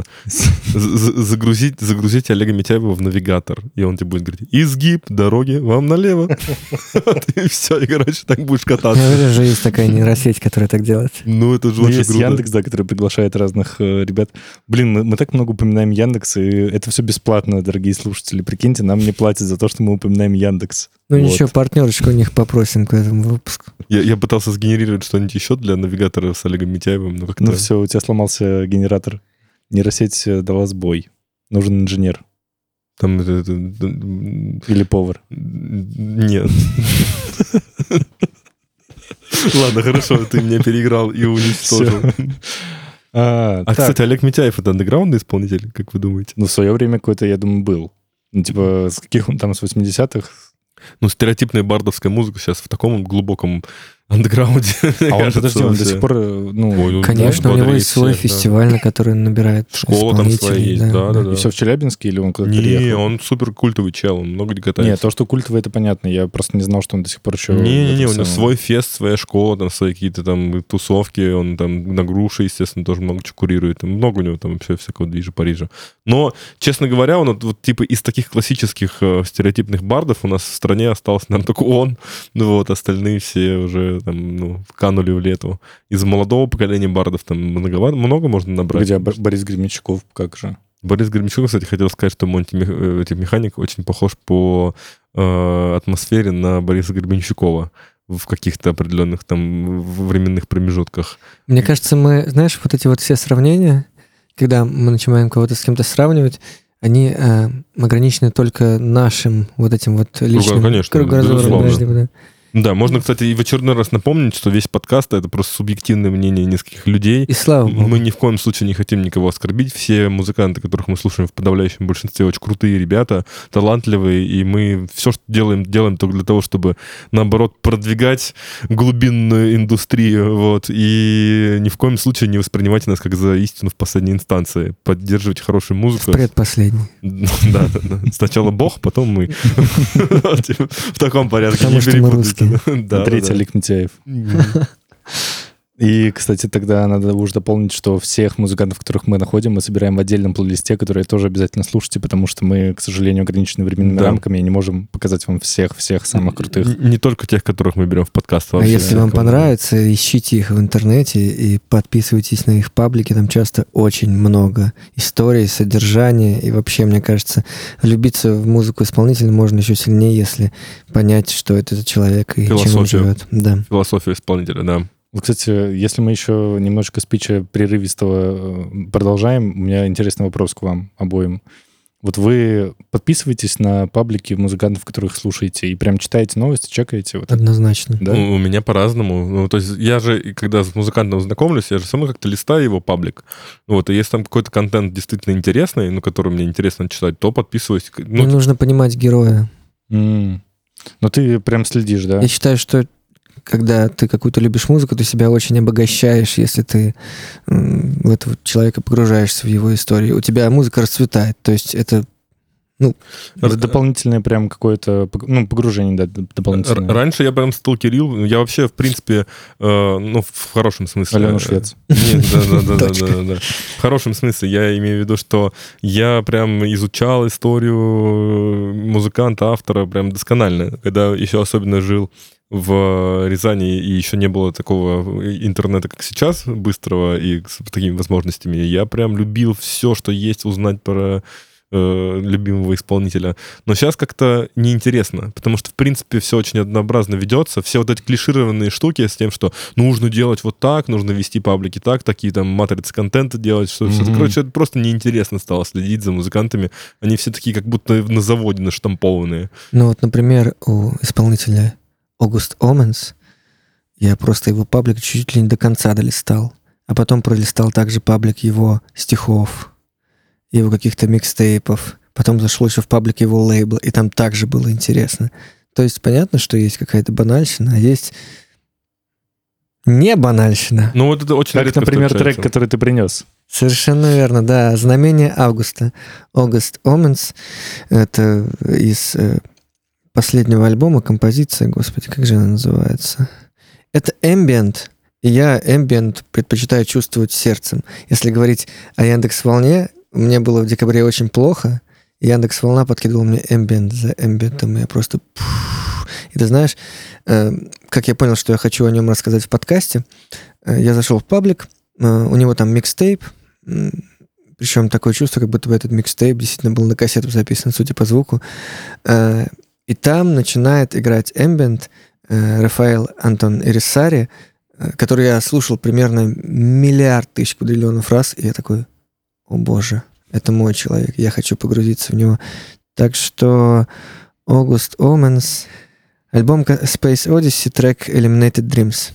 загрузить Олега Митяева в навигатор, и он тебе будет говорить: изгиб дороги вам налево. И все, и, короче, так будешь кататься. Наверное, же есть такая нейросеть, которая так делает. Ну, это же очень есть круто. Яндекс, да, который приглашает разных ребят. Блин, мы так много упоминаем Яндекс, и это все бесплатно, дорогие слушатели. Прикиньте, нам не платят за то, что мы упоминаем Яндекс. Ну ничего, партнерочку у них попросим к этому выпуску. Я пытался сгенерировать что-нибудь еще для навигатора с Олегом Митяевым, но как-то... Ну все, у тебя сломался генератор. Нейросеть дала сбой. Нужен инженер. Там Или повар. Нет. Ладно, хорошо, ты меня переиграл и уничтожил. Кстати, Олег Митяев — это андеграундный исполнитель, как вы думаете? Ну, в свое время какой-то, я думаю, был. Ну, типа, с каких он там, с 80-х? Ну, стереотипная бардовская музыка сейчас в таком глубоком андеграунде. А он, подожди, он до сих пор, ну... Конечно, у него есть свой фестиваль, на который он набирает школа там своя есть, да. И все в Челябинске или он куда-то переехал? переехал? Не, он супер культовый чел, он много где катается. Нет, то, что культовый, это понятно. Я просто не знал, что он до сих пор еще... Не, у него свой фест, своя школа, там свои какие-то там тусовки, он там на груши, естественно, тоже много чего курирует. Много у него там вообще всякого движа Парижа. Но, честно говоря, он вот типа из таких классических стереотипных бардов у нас в стране остался, наверное, только он. Ну вот, остальные все уже там, ну, канули в лету. Из молодого поколения бардов там много можно набрать. Где Борис Гремячков, как же? Борис Гремячков, кстати, хотел сказать, что Монти Механик очень похож по атмосфере на Бориса Гребенщикова в каких-то определенных там временных промежутках. Мне кажется, мы, знаешь, вот эти вот все сравнения, когда мы начинаем кого-то с кем-то сравнивать, они ограничены только нашим вот этим вот личным кругозором. Да, можно, кстати, и в очередной раз напомнить, что весь подкаст — это просто субъективное мнение нескольких людей. И слава богу. Мы ни в коем случае не хотим никого оскорбить. Все музыканты, которых мы слушаем в подавляющем большинстве, очень крутые ребята, талантливые, и мы все, что делаем только для того, чтобы, наоборот, продвигать глубинную индустрию, вот, и ни в коем случае не воспринимайте нас как за истину в последней инстанции. Поддерживайте хорошую музыку. В предпоследней. Да. Сначала Бог, потом мы. В таком порядке. Потому что мы русские. Третий Олег Митяев. И, кстати, тогда надо уже дополнить, что всех музыкантов, которых мы находим, мы собираем в отдельном плейлисте, который тоже обязательно слушайте, потому что мы, к сожалению, ограничены временными рамками и не можем показать вам всех самых крутых. Не только тех, которых мы берем в подкаст. А если вам понравится, ищите их в интернете и подписывайтесь на их паблики. Там часто очень много историй, содержания. И вообще, мне кажется, влюбиться в музыку исполнителя можно еще сильнее, если понять, что это за человек и чем он живет. Да. Философия исполнителя, да. Кстати, если мы еще немножечко спича прерывистого продолжаем, у меня интересный вопрос к вам обоим. Вот вы подписываетесь на паблики музыкантов, которых слушаете, и прям читаете новости, чекаете? Вот. Однозначно. Да? У меня по-разному. Ну, то есть я же, когда с музыкантом знакомлюсь, я же сам как-то листаю его паблик. Вот, и если там какой-то контент действительно интересный, ну, который мне интересно читать, то подписываюсь. Ну, нужно понимать героя. Ну, ты прям следишь, да? Я считаю, что когда ты какую-то любишь музыку, ты себя очень обогащаешь, если ты в этого человека погружаешься в его историю. У тебя музыка расцветает. То есть это... Это дополнительное прям какое-то, погружение, да, дополнительное. Раньше я прям сталкерил. Я вообще, в принципе, в хорошем смысле... Алену Швец. Нет, да. В хорошем смысле. Я имею в виду, что я прям изучал историю музыканта, автора прям досконально. Когда еще особенно жил в Рязани, и еще не было такого интернета, как сейчас, быстрого и с такими возможностями. Я прям любил все, что есть, узнать про любимого исполнителя. Но сейчас как-то неинтересно, потому что, в принципе, все очень однообразно ведется. Все вот эти клишированные штуки с тем, что нужно делать вот так, нужно вести паблики так, такие там матрицы контента делать, что-то. Короче, это просто неинтересно стало следить за музыкантами. Они все такие как будто на заводе наштампованные. Ну вот, например, у исполнителя August Omens я просто его паблик чуть ли не до конца долистал. А потом пролистал также паблик его стихов, его каких-то микстейпов. Потом зашел еще в паблик его лейбла, и там также было интересно. То есть понятно, что есть какая-то банальщина, а есть не банальщина. Ну вот это очень как, например, трек, который ты принес. Совершенно верно, да. «Знамение августа». August Omens. Это из последнего альбома композиция, господи, как же она называется? Это ambient. И я ambient предпочитаю чувствовать сердцем. Если говорить о Яндекс.Волне, мне было в декабре очень плохо, и Яндекс.Волна подкидывал мне ambient за ambient, и я просто... И ты знаешь, как я понял, что я хочу о нем рассказать в подкасте, я зашел в паблик, у него там микстейп, причем такое чувство, как будто бы этот микстейп действительно был на кассету записан, судя по звуку, и там начинает играть ambient Рафаэл Антон Ирисари, который я слушал примерно 1 миллиард тысяч квадриллионов раз, и я такой: о боже, это мой человек, я хочу погрузиться в него. Так что August Omens, альбом Space Odyssey, трек Eliminated Dreams.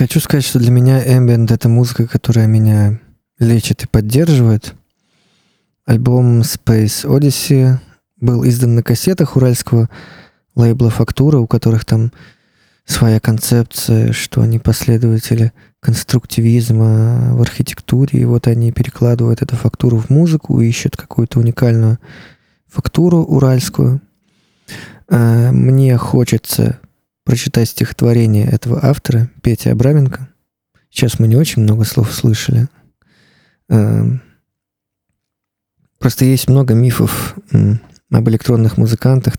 Хочу сказать, что для меня ambient — это музыка, которая меня лечит и поддерживает. Альбом Space Odyssey был издан на кассетах уральского лейбла «Фактура», у которых там своя концепция, что они последователи конструктивизма в архитектуре, и вот они перекладывают эту фактуру в музыку и ищут какую-то уникальную фактуру уральскую. Мне хочется прочитать стихотворение этого автора, Пети Абраменко. Сейчас мы не очень много слов слышали. Просто есть много мифов об электронных музыкантах,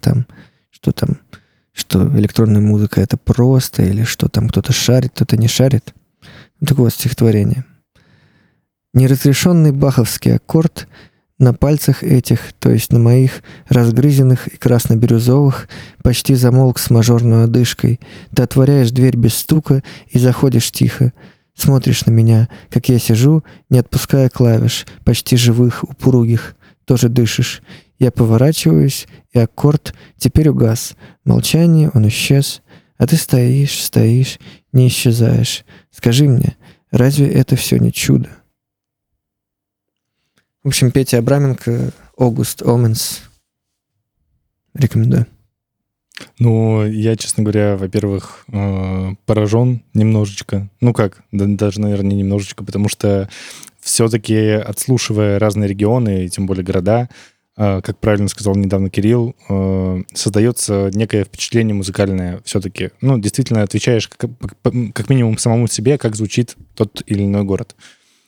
что электронная музыка — это просто, или что там кто-то шарит, кто-то не шарит. Так вот, стихотворение. Неразрешенный баховский аккорд на пальцах этих, то есть на моих разгрызенных и красно-бирюзовых, почти замолк с мажорной одышкой. Ты отворяешь дверь без стука и заходишь тихо. Смотришь на меня, как я сижу, не отпуская клавиш, почти живых, упругих. Тоже дышишь. Я поворачиваюсь, и аккорд теперь угас. Молчание, он исчез. А ты стоишь, не исчезаешь. Скажи мне, разве это все не чудо? В общем, Петя Абраменко, August Omens. Рекомендую. Ну, я, честно говоря, во-первых, поражен немножечко. Ну как, даже, наверное, не немножечко, потому что все-таки, отслушивая разные регионы, и тем более города, как правильно сказал недавно Кирилл, создается некое впечатление музыкальное все-таки. Ну, действительно, отвечаешь как минимум самому себе, как звучит тот или иной город.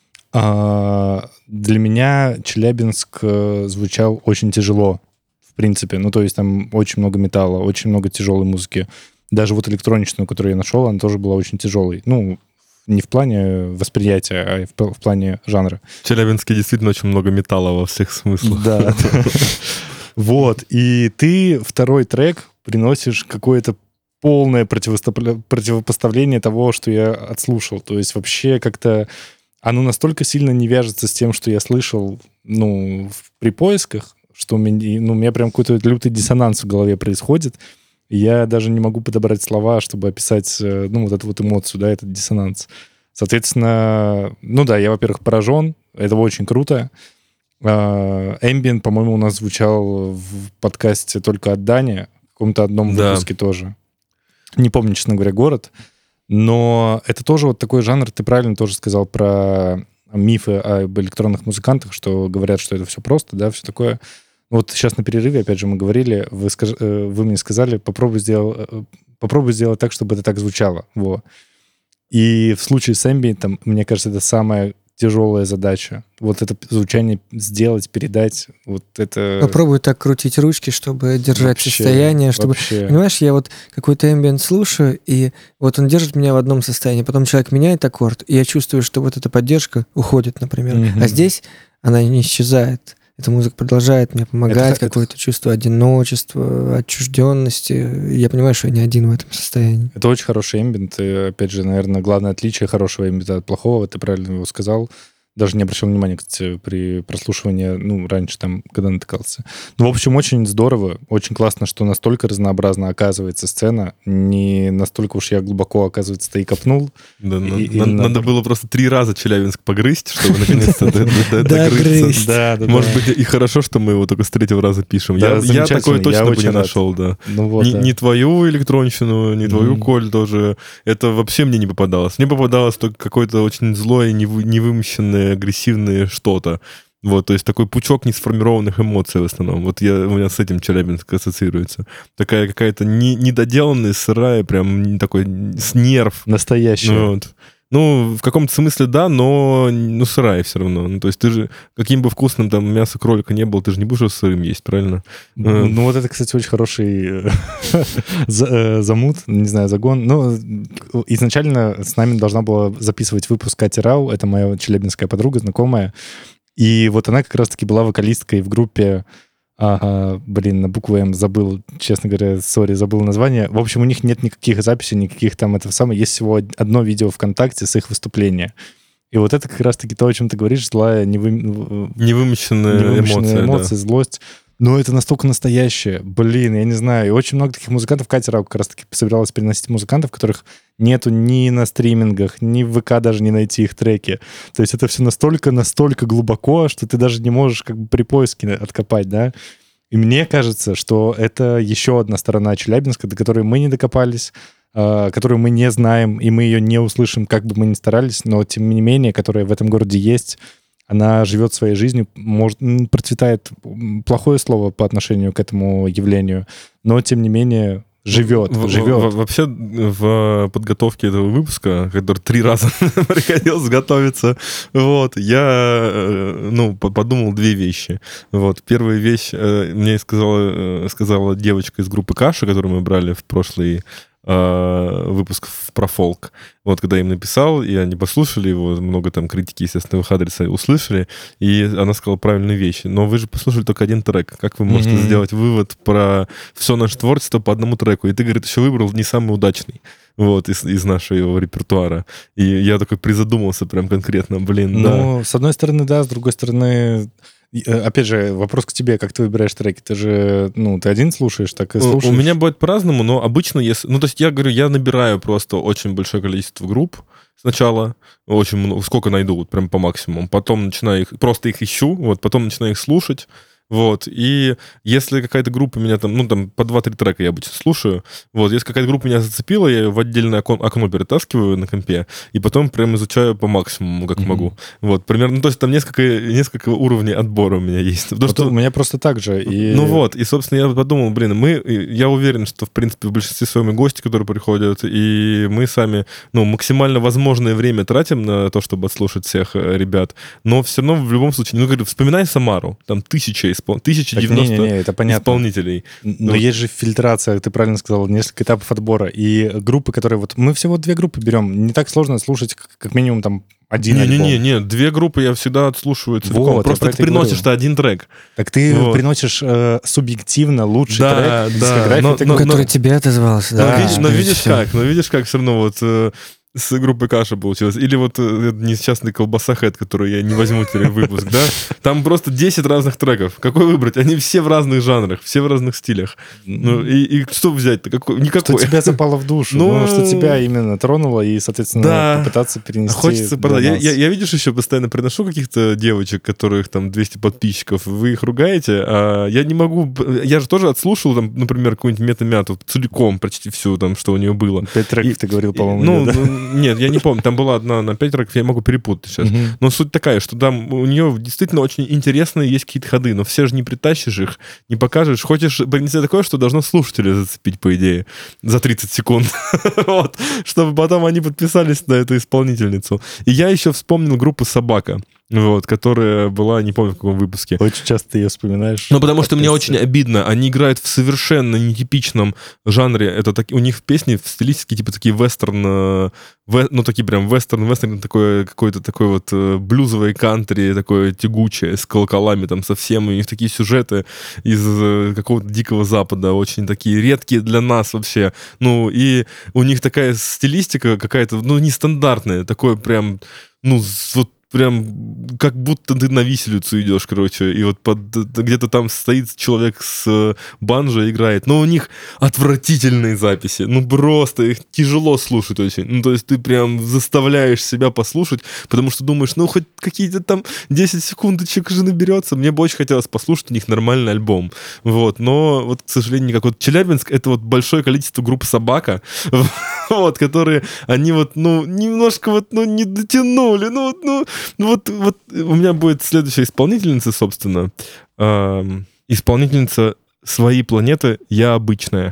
Для меня Челябинск звучал очень тяжело, в принципе. Ну, то есть там очень много металла, очень много тяжелой музыки. Даже вот электроничную, которую я нашел, она тоже была очень тяжелой. Ну, не в плане восприятия, а в плане жанра. В Челябинске действительно очень много металла во всех смыслах. Да. Вот. И ты второй трек приносишь какое-то полное противопоставление того, что я отслушал. То есть вообще как-то оно настолько сильно не вяжется с тем, что я слышал, при поисках, что у меня прям какой-то лютый диссонанс в голове происходит. Я даже не могу подобрать слова, чтобы описать, вот эту вот эмоцию, да, этот диссонанс. Соответственно, я, во-первых, поражен. Это очень круто. Ambient, по-моему, у нас звучал в подкасте только от Дани, в каком-то одном выпуске тоже. Не помню, честно говоря, город. Но это тоже вот такой жанр, ты правильно тоже сказал про мифы об электронных музыкантах, что говорят, что это все просто, да, все такое. Вот сейчас на перерыве, опять же, мы говорили, вы мне сказали, попробуй сделать так, чтобы это так звучало. Во. И в случае с Ambient, мне кажется, это самая тяжелая задача. Вот это звучание сделать, передать, вот это... Попробуй так крутить ручки, чтобы держать состояние, чтобы... Понимаешь, я вот какой-то ambient слушаю, и вот он держит меня в одном состоянии, потом человек меняет аккорд, и я чувствую, что вот эта поддержка уходит, например. А здесь она не исчезает. Эта музыка продолжает мне помогать, какое-то чувство одиночества, отчужденности. Я понимаю, что я не один в этом состоянии. Это очень хороший эмбиент. И, опять же, наверное, главное отличие хорошего эмбиента от плохого, ты правильно его сказал. Даже не обращал внимания, кстати, при прослушивании, раньше там, когда натыкался. В общем, очень здорово, очень классно, что настолько разнообразно оказывается сцена. Не настолько уж я глубоко, оказывается-то и копнул. Да, надо было просто 3 раза Челябинск погрызть, чтобы наконец-то догрызться. Может быть, и хорошо, что мы его только с 3-го раза пишем. Я такое точно бы не нашел, да. Не твою электронщину, не твою, Коль, тоже. Это вообще мне не попадалось. Мне попадалось только какое-то очень злое, невымощенное, агрессивное что-то. Вот, то есть такой пучок несформированных эмоций в основном. Вот у меня с этим Челябинск ассоциируется. Такая какая-то недоделанная, сырая, прям такой с нерв. Настоящая. Вот. В каком-то смысле да, но сырая все равно. То есть ты же, каким бы вкусным там мясо кролика не было, ты же не будешь его сырым есть, правильно? Вот это, кстати, очень хороший замут, не знаю, загон. Изначально с нами должна была записывать выпуск Катя Рау, это моя челябинская подруга, знакомая. И вот она как раз-таки была вокалисткой в группе... на букву М забыл, честно говоря, забыл название. В общем, у них нет никаких записей, никаких там есть всего одно видео ВКонтакте с их выступления. И вот это как раз-таки то, о чем ты говоришь, злая, невымещенная эмоция, да. злость. Но это настолько настоящее. Блин, я не знаю. И очень много таких музыкантов. Катя Раук как раз-таки собиралась переносить музыкантов, которых нету ни на стримингах, ни в ВК даже не найти их треки. То есть это все настолько глубоко, что ты даже не можешь как бы при поиске откопать, да? И мне кажется, что это еще одна сторона Челябинска, до которой мы не докопались, которую мы не знаем, и мы ее не услышим, как бы мы ни старались, но тем не менее, которая в этом городе есть, она живет своей жизнью, может, процветает, плохое слово по отношению к этому явлению, но тем не менее живет. Вообще в подготовке этого выпуска, который 3 раза приходилось готовиться, вот, я подумал 2 вещи. Вот, первая вещь, мне сказала девочка из группы «Каша», которую мы брали в прошлый выпуск про фолк. Вот, когда я им написал, и они послушали его, много там критики, естественно, в их адресе услышали, и она сказала правильные вещи. Но вы же послушали только один трек. Как вы можете сделать вывод про все наше творчество по одному треку? И ты, говорит, еще выбрал не самый удачный, вот, из нашего репертуара. И я такой призадумался прям конкретно, Ну, с одной стороны, да, с другой стороны... Опять же, вопрос к тебе, как ты выбираешь треки? Ты же, ты один слушаешь, так и слушаешь? У меня бывает по-разному, но обычно, если... то есть я говорю, я набираю просто очень большое количество групп сначала, очень много, сколько найду, вот прям по максимуму, потом начинаю просто их ищу, вот, потом начинаю их слушать, вот, и если какая-то группа меня там, по 2-3 трека я обычно слушаю, вот, если какая-то группа меня зацепила, я ее в отдельное окно перетаскиваю на компе, и потом прям изучаю по максимуму, как могу. Вот, примерно, то есть там несколько уровней отбора у меня есть. У меня просто так же. И, собственно, я подумал, я уверен, что, в принципе, в большинстве своем гости, которые приходят, и мы сами, максимально возможное время тратим на то, чтобы отслушать всех ребят, но все равно в любом случае, говорю, вспоминай Самару, там 1090 это понятно. исполнителей. Но есть же фильтрация, ты правильно сказал, несколько этапов отбора. И группы, которые... Мы всего 2 группы берем. Не так сложно слушать как минимум там один альбом. Не, 2 группы я всегда отслушиваю целиком. Просто ты приносишь-то один трек. Так ты приносишь субъективно лучший трек дискографии. Который тебе отозвался. Но видишь как все равно вот... С группой «Каша» получилось. Или вот несчастный «Колбаса Хэт», который я не возьму теперь в выпуск, да? Там просто 10 разных треков. Какой выбрать? Они все в разных жанрах, все в разных стилях. И что взять-то? Никакой. Что тебя запало в душу. Что тебя именно тронуло, и, соответственно, попытаться перенести. Хочется продать. Я, видишь, еще постоянно приношу каких-то девочек, которых там 200 подписчиков, вы их ругаете, а я не могу... Я же тоже отслушал, там, например, какую-нибудь Мета-Мяту целиком, почти всю, там, что у нее было. 5 треков ты говорил, по-моему, Нет, я не помню, там была одна на 5 треков, я могу перепутать сейчас. Но суть такая, что там у нее действительно очень интересные есть какие-то ходы, но все же не притащишь их, не покажешь. Хочешь принести такое, что должно слушателя зацепить, по идее, за 30 секунд. Вот, чтобы потом они подписались на эту исполнительницу. И я еще вспомнил группу «Собака». Вот, которая была, не помню, в каком выпуске. Очень часто ты ее вспоминаешь. Потому что мне очень обидно. Они играют в совершенно нетипичном жанре. Это у них песни в стилистике типа такие вестерн, такие прям вестерн, такое, какой-то такой вот блюзовый кантри, такое тягучее, с колоколами там совсем. У них такие сюжеты из какого-то Дикого Запада, очень такие редкие для нас вообще. И у них такая стилистика какая-то, нестандартная, такое прям, вот прям как будто ты на виселицу идешь, короче, и вот где-то там стоит человек с банджо играет, но у них отвратительные записи, просто их тяжело слушать очень, то есть ты прям заставляешь себя послушать, потому что думаешь, хоть какие-то там 10 секундочек же наберется, мне бы очень хотелось послушать у них нормальный альбом, вот, но вот, к сожалению, как вот Челябинск, это вот большое количество групп «Собака», вот, которые, они вот, немножко вот, не дотянули, вот у меня будет следующая исполнительница, собственно. Исполнительница «Свои планеты. Я обычная».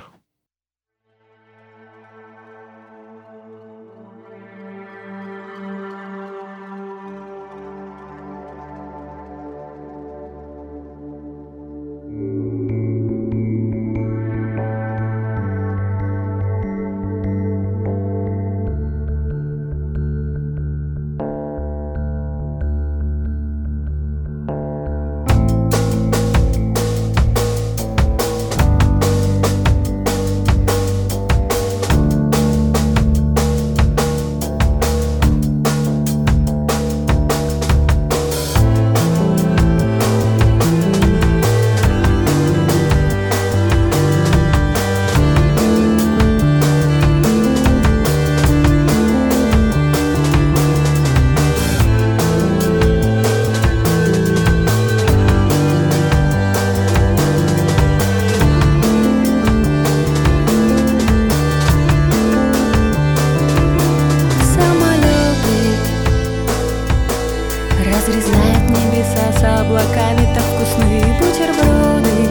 облаками так вкусные бутерброды.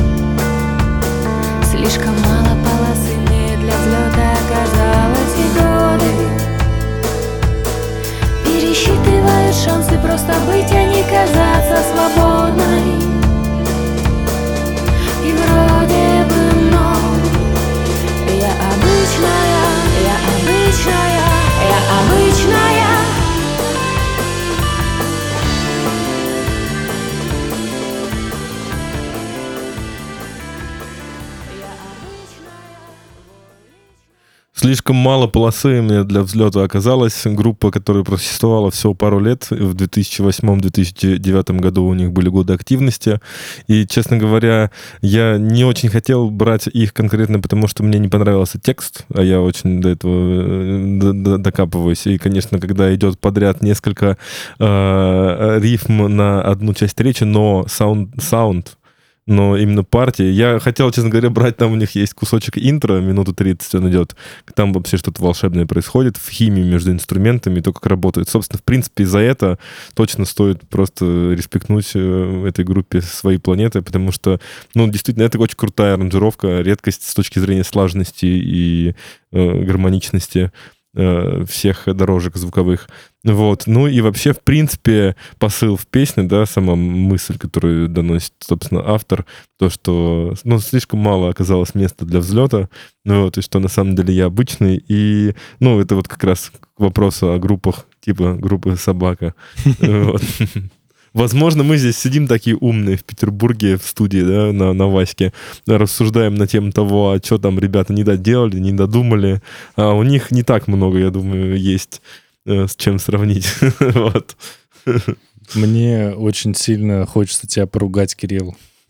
Слишком мало полосы мне для взлета оказалось и годы. Пересчитывают шансы просто быть, а не казаться свободной. И вроде бы, но я обычная, я обычная, я обычная. Слишком мало полосы мне для взлета оказалась. Группа, которая просуществовала всего пару лет. В 2008-2009 году у них были годы активности. И, честно говоря, я не очень хотел брать их конкретно, потому что мне не понравился текст, а я очень до этого докапываюсь. И, конечно, когда идет подряд несколько рифм на одну часть речи, но саунд, но именно партии. Я хотел, честно говоря, брать, там у них есть кусочек интро, минуту 30 он идет. Там вообще что-то волшебное происходит в химии между инструментами, то, как работает. Собственно, в принципе, за это точно стоит просто респектнуть этой группе своей планеты, потому что, ну, действительно, это очень крутая аранжировка, редкость с точки зрения слаженности и гармоничности всех дорожек звуковых. Вот. Ну и вообще, в принципе, посыл в песне, да, сама мысль, которую доносит, собственно, автор, то, что, ну, слишком мало оказалось места для взлета, ну, вот, и что на самом деле я обычный, и, ну, это вот как раз к вопросу о группах, типа группы «Собака». Возможно, мы здесь сидим такие умные в Петербурге, в студии, да, на Ваське, рассуждаем на тему того, а что там ребята не доделали, не додумали. А у них не так много, я думаю, есть с чем сравнить. Вот. Мне очень сильно хочется тебя поругать, Кирилл.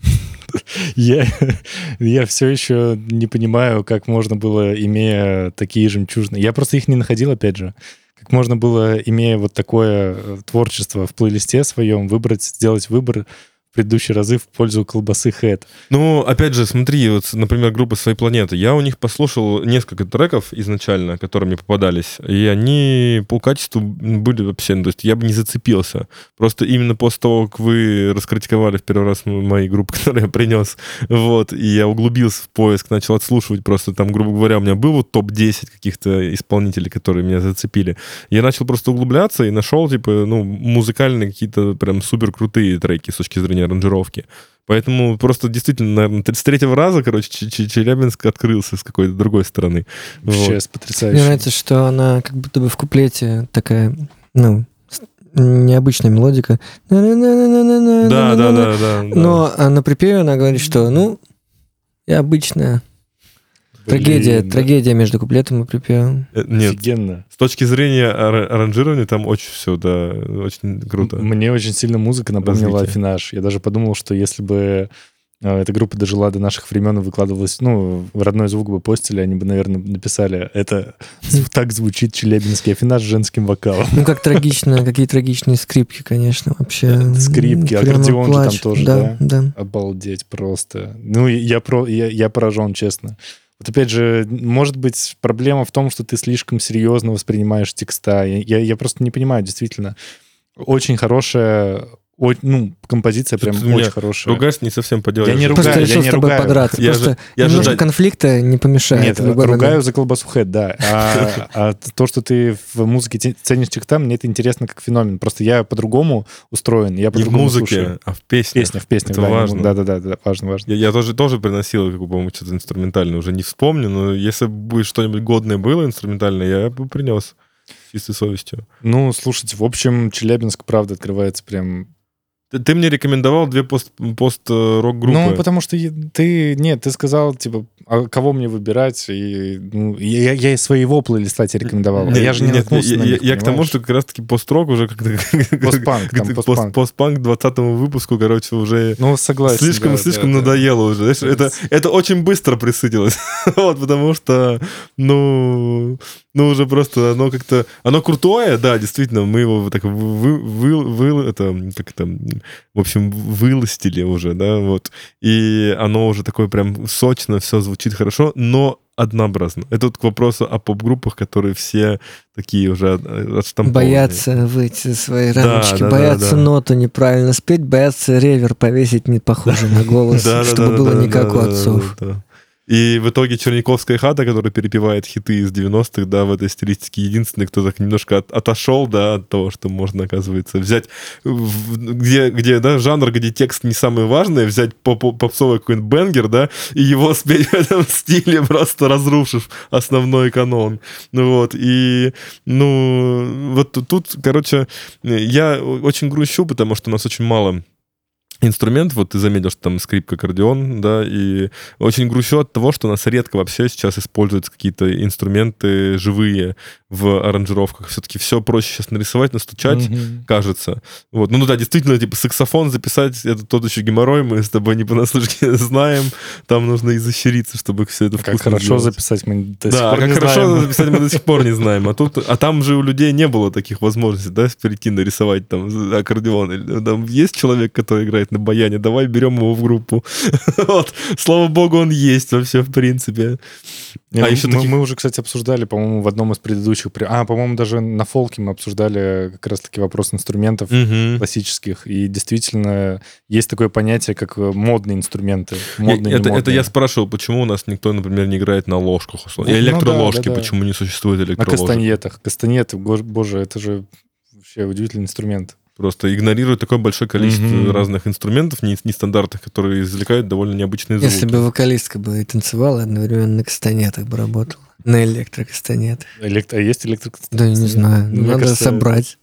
Я все еще не понимаю, как можно было, имея такие жемчужные... Я просто их не находил, опять же. Как можно было, имея вот такое творчество в плейлисте своем, сделать выбор в предыдущие разы в пользу колбасы Хэт. Ну, опять же, смотри, вот, например, группа «Своей планеты». Я у них послушал несколько треков изначально, которые мне попадались, и они по качеству были вообще... То есть я бы не зацепился. Просто именно после того, как вы раскритиковали в первый раз мои группы, которые я принес, вот, и я углубился в поиск, начал отслушивать просто там, грубо говоря, у меня был вот топ-10 каких-то исполнителей, которые меня зацепили. Я начал просто углубляться и нашел, типа, ну, музыкальные какие-то прям супер крутые треки с точки зрения аранжировки. Поэтому просто действительно, наверное, с третьего раза, короче, Челябинск открылся с какой-то другой стороны. Сейчас потрясающе. Мне нравится, что она как будто бы в куплете такая, ну, необычная мелодика. Да. Но на припеве она говорит, что, ну, я обычная. Трагедия между куплетом и припевом. Нет, офигенно. С точки зрения аранжирования там очень все, да, очень круто. Мне очень сильно музыка напомнила Афинаж. Я даже подумал, что если бы эта группа дожила до наших времен и выкладывалась, ну, в родной звук бы постили, они бы, наверное, написали, это так звучит челябинский Афинаж с женским вокалом. Ну, как трагично, какие трагичные скрипки, конечно, вообще. Скрипки, аккордеон же там тоже, да? Да. Обалдеть просто. Ну, я поражен, честно. Вот опять же, может быть, проблема в том, что ты слишком серьезно воспринимаешь текста. Я просто не понимаю, действительно. Очень хорошая... Ну, композиция прям очень хорошая. Ругаешь не совсем по делу. Я не Просто ругаю, решил с тобой подраться. Просто немножко конфликта не помешает. Нет, ругаю за колбасу Хэт, да. А то, что ты в музыке ценишь текста, мне это интересно как феномен. Просто я по-другому устроен, я по-другому слушаю. Не в музыке, а в песнях. В песнях, это да. Важно. Да, важно. Я тоже приносил, по-моему, что-то инструментальное. Уже не вспомню, но если бы что-нибудь годное было инструментальное, я бы принес с чистой совестью. Ну, слушайте, в общем, Челябинск, правда, открывается прям... Ты мне рекомендовал 2 пост-рок-группы. Ну, потому что ты сказал, типа, а кого мне выбирать? И, ну, я из своего плейлиста тебе рекомендовал. Я же не наткнулся на них, я к тому, что как раз-таки пост-рок уже как-то... Постпанк. Постпанк к 20-му выпуску, короче, уже... Ну, согласен. Слишком надоело уже. Это очень быстро присытилось. Вот, потому что, ну, уже просто оно как-то... Оно крутое, да, действительно, мы его так в общем, выластили уже, да, вот. И оно уже такое прям сочно, все звучит хорошо, но однообразно. Это вот к вопросу о поп-группах, которые все такие уже отштампованные. Боятся выйти из своей рамочки, боятся ноту неправильно спеть, боятся ревер повесить не похожий на голос, чтобы было не как у отцов. И в итоге Черниковская хата, которая перепевает хиты из 90-х, да, в этой стилистике, единственный, кто так немножко отошел, да, от того, что можно, оказывается, взять, где, да, жанр, где текст не самый важный, взять попсовый какой-нибудь бенгер, да, и его спеть в этом стиле, просто разрушив основной канон. Ну вот, и, ну, вот тут, короче, я очень грущу, потому что у нас очень мало инструмент, вот ты заметил, что там скрипка, аккордеон, да, и очень грущу от того, что у нас редко вообще сейчас используются какие-то инструменты живые в аранжировках. Все-таки все проще сейчас нарисовать, настучать, кажется. Вот. Ну да, действительно, типа саксофон записать, это тот еще геморрой, мы с тобой не понаслышке знаем, там нужно изощриться, чтобы все это вкусно как хорошо сделать. Записать мы до сих да, пор как не хорошо знаем. записать мы до сих пор не знаем. А там же у людей не было таких возможностей, да, перейти нарисовать там аккордеон. Или, там есть человек, который играет на баяне, давай берем его в группу. Вот. Слава богу, он есть вообще, в принципе. Мы уже, кстати, обсуждали, по-моему, в одном из предыдущих... по-моему, даже на фолке мы обсуждали как раз-таки вопрос инструментов классических. И действительно есть такое понятие, как модные инструменты. Это я спрашивал, почему у нас никто, например, не играет на ложках. И электроложки, почему не существует электроложек. На кастаньетах. Кастаньеты, боже, это же вообще удивительный инструмент. Просто игнорируют такое большое количество разных инструментов нестандартных, которые извлекают довольно необычные звуки. Если бы вокалистка бы и танцевала, одновременно на кастанетах бы работала. На электрокастанетах. А есть электрокастанеты? Да, я не знаю. Надо собрать.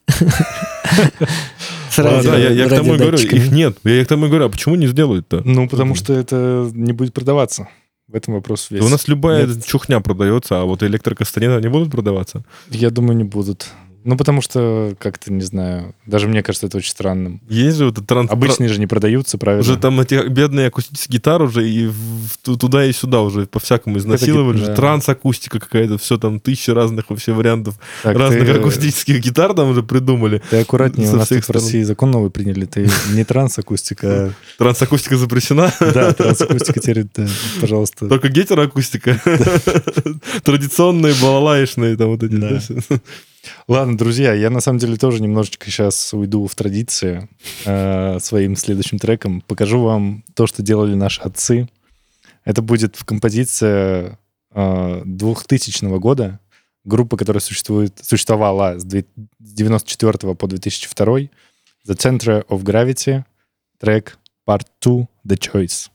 Да, я к тому и говорю, их нет. Я к тому и говорю, а почему не сделают-то? Ну, потому что это не будет продаваться. В этом вопрос весь. У нас любая чухня продается, а вот электрокастанеты не будут продаваться? Я думаю, не будут. Ну, потому что, как-то, не знаю, даже мне кажется, это очень странным. Есть же вот этот обычные же не продаются, правильно? Уже там эти бедные акустические гитары уже и туда и сюда уже по-всякому изнасиловали. Да. Транс-акустика какая-то, все там 1000 разных вообще вариантов так, разных акустических гитар там уже придумали. Ты аккуратнее, у нас в России закон новый приняли, ты не транс-акустика. Транс-акустика запрещена? Да, транс-акустика теперь, пожалуйста. Только гетероакустика. Традиционные, балалаечные там вот эти. Ладно, друзья, я на самом деле тоже немножечко сейчас уйду в традиции своим следующим треком. Покажу вам то, что делали наши отцы. Это будет в композиции 2000 года. Группа, которая существовала с 1994 по 2002. The Center of Gravity. Трек Part 2 The Choice.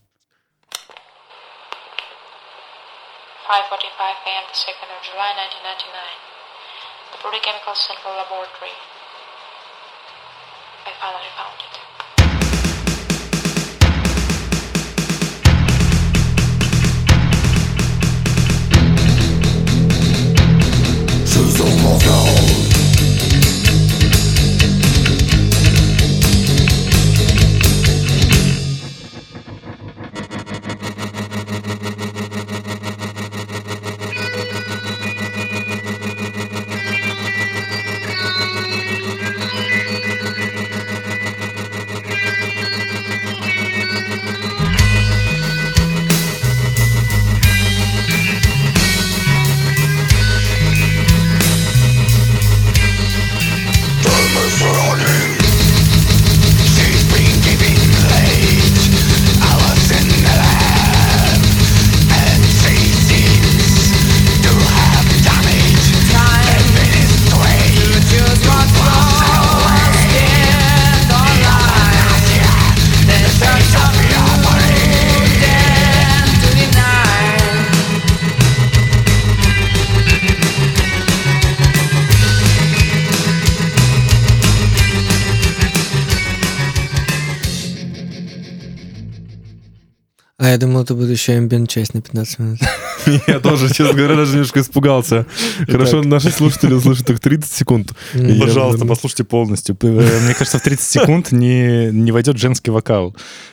5:45 a.m. the 2nd of July 1999. The Brody Chemical Central Laboratory. I finally found it. А я думал, это будет еще амбиент-часть на 15 минут. Я тоже, честно говоря, даже немножко испугался. Хорошо, наши слушатели услышат только 30 секунд. Пожалуйста, послушайте полностью. Мне кажется, в 30 секунд не войдет женский вокал.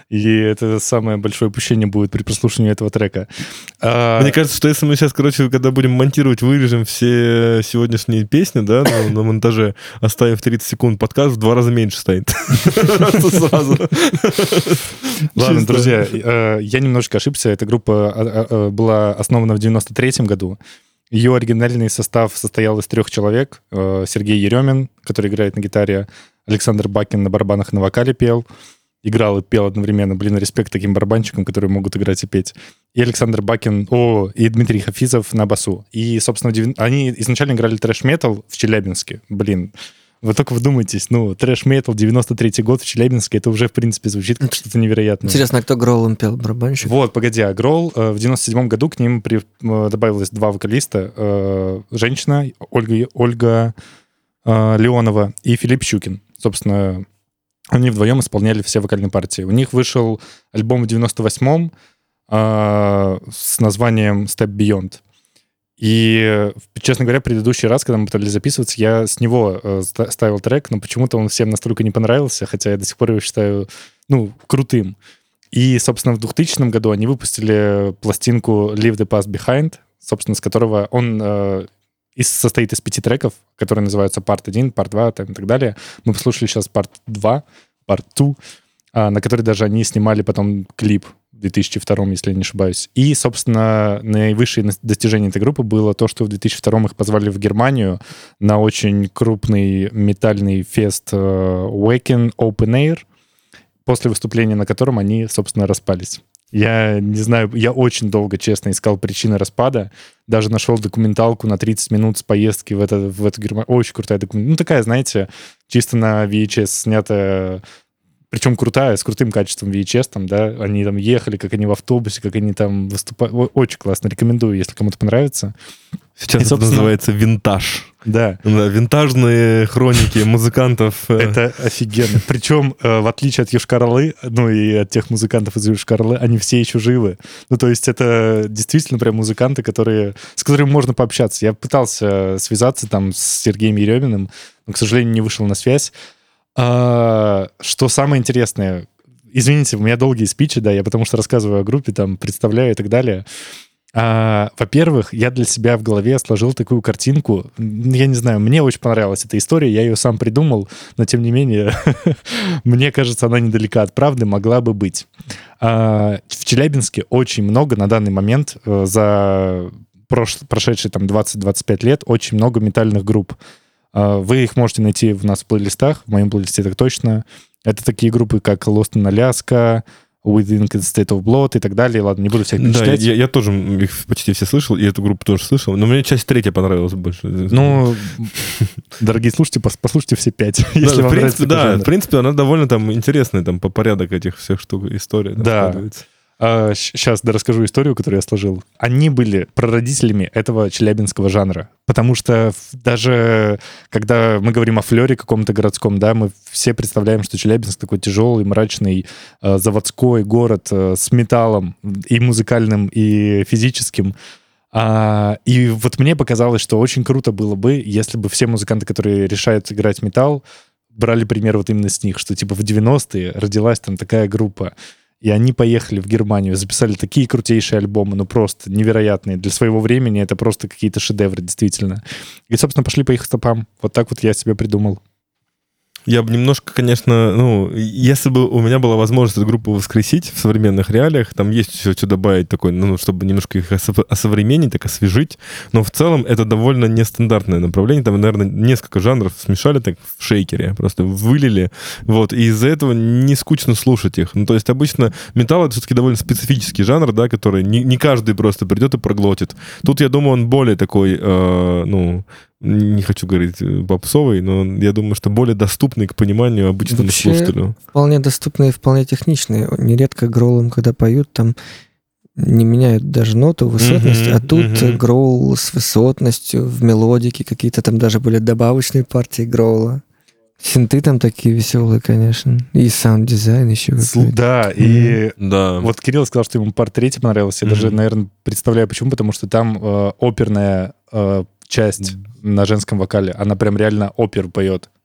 И это самое большое упущение будет при прослушивании этого трека. Мне кажется, что если мы сейчас, когда будем монтировать, вырежем все сегодняшние песни, да, на монтаже, оставим в 30 секунд, подкаст в 2 раза меньше станет. Сразу. Ладно, друзья, я немножко ошибся. Эта группа была основана в 93-м году. Ее оригинальный состав состоял из 3 человек. Сергей Еремин, который играет на гитаре, Александр Бакин на барабанах и на вокале пел. Играл и пел одновременно. Блин, респект таким барабанщикам, которые могут играть и петь. И Александр Бакин, и Дмитрий Хафизов на басу. И, собственно, они изначально играли трэш-метал в Челябинске. Блин, вы только вдумайтесь, трэш-метал, 93-й год в Челябинске, это уже, в принципе, звучит как что-то невероятное. Интересно, а кто Гроулом пел, барабанщик? Вот, погоди, а Гроул в 97-м году к ним добавилось 2 вокалиста. Женщина, Ольга Леонова и Филипп Щукин. Собственно, они вдвоем исполняли все вокальные партии. У них вышел альбом в 98-м с названием «Step Beyond». И, честно говоря, предыдущий раз, когда мы пытались записываться, я с него ставил трек, но почему-то он всем настолько не понравился, хотя я до сих пор его считаю, крутым. И, собственно, в 2000 году они выпустили пластинку «Leave the Past Behind», собственно, с которого он состоит из 5 треков, которые называются Part 1, Part 2 и так далее. Мы послушали сейчас Part 2, Part 2, на который даже они снимали потом клип в 2002, если я не ошибаюсь. И, собственно, наивысшее достижение этой группы было то, что в 2002 их позвали в Германию на очень крупный метальный фест Wacken Open Air, после выступления на котором они, собственно, распались. Я не знаю, я очень долго, честно, искал причины распада. Даже нашел документалку на 30 минут с поездки в эту Германию. Очень крутая документалка. Такая, знаете, чисто на VHS снятая, причем крутая, с крутым качеством VHS, там, да, они там ехали, как они в автобусе, как они там выступали. Очень классно, рекомендую, если кому-то понравится. Сейчас это называется винтаж. Да. Винтажные хроники музыкантов. Это офигенно. Причем, в отличие от Йошкар-Олы, и от тех музыкантов из Йошкар-Олы, они все еще живы. То есть это действительно прям музыканты, с которыми можно пообщаться. Я пытался связаться там с Сергеем Ереминым, но, к сожалению, не вышел на связь. Что самое интересное, извините, у меня долгие спичи, да, я потому что рассказываю о группе, там, представляю и так далее. Во-первых, я для себя в голове сложил такую картинку. Я не знаю, мне очень понравилась эта история, я ее сам придумал, но тем не менее, мне кажется, она недалека от правды, могла бы быть. В Челябинске очень много на данный момент, за прошедшие там 20-25 лет, очень много метальных групп. Вы их можете найти у нас в плейлистах, в моем плейлисте так точно. Это такие группы, как Lost in Alaska, Within State of Blood и так далее. Ладно, не буду всех перечислять. Да, я тоже их почти все слышал, и эту группу тоже слышал, но мне часть 3 понравилась больше. Дорогие слушатели, послушайте все 5, если вам нравится. Да, в принципе, она довольно там интересная, там по порядок этих всех штук, история. Да. Сейчас расскажу историю, которую я сложил. Они были прародителями этого челябинского жанра. Потому что даже когда мы говорим о флёре каком-то городском, да, мы все представляем, что Челябинск такой тяжелый, мрачный, заводской город с металлом и музыкальным, и физическим. И вот мне показалось, что очень круто было бы, если бы все музыканты, которые решают играть металл, брали пример вот именно с них, что типа в 90-е родилась там такая группа, и они поехали в Германию, записали такие крутейшие альбомы, просто невероятные. Для своего времени это просто какие-то шедевры, действительно. И, собственно, пошли по их стопам. Вот так вот я себе придумал. Я бы немножко, конечно, если бы у меня была возможность эту группу воскресить в современных реалиях, там есть все, что добавить такое, чтобы немножко их осовременить, так освежить, но в целом это довольно нестандартное направление, там, наверное, несколько жанров смешали так в шейкере, просто вылили, и из-за этого не скучно слушать их. То есть обычно металл — это все-таки довольно специфический жанр, да, который не каждый просто придет и проглотит. Тут, я думаю, он более такой, не хочу говорить попсовый, но я думаю, что более доступный к пониманию обычному слушателю. Вполне доступный и вполне техничный. Нередко гроулом, когда поют, там не меняют даже ноту, высотность, а тут гроул с высотностью, в мелодике какие-то там даже были добавочные партии гроула. Синты там такие веселые, конечно. И саунд-дизайн еще. Да, и вот Кирилл сказал, что ему Part 3 понравился. Я даже, наверное, представляю, почему. Потому что там оперная часть на женском вокале. Она прям реально оперу поет.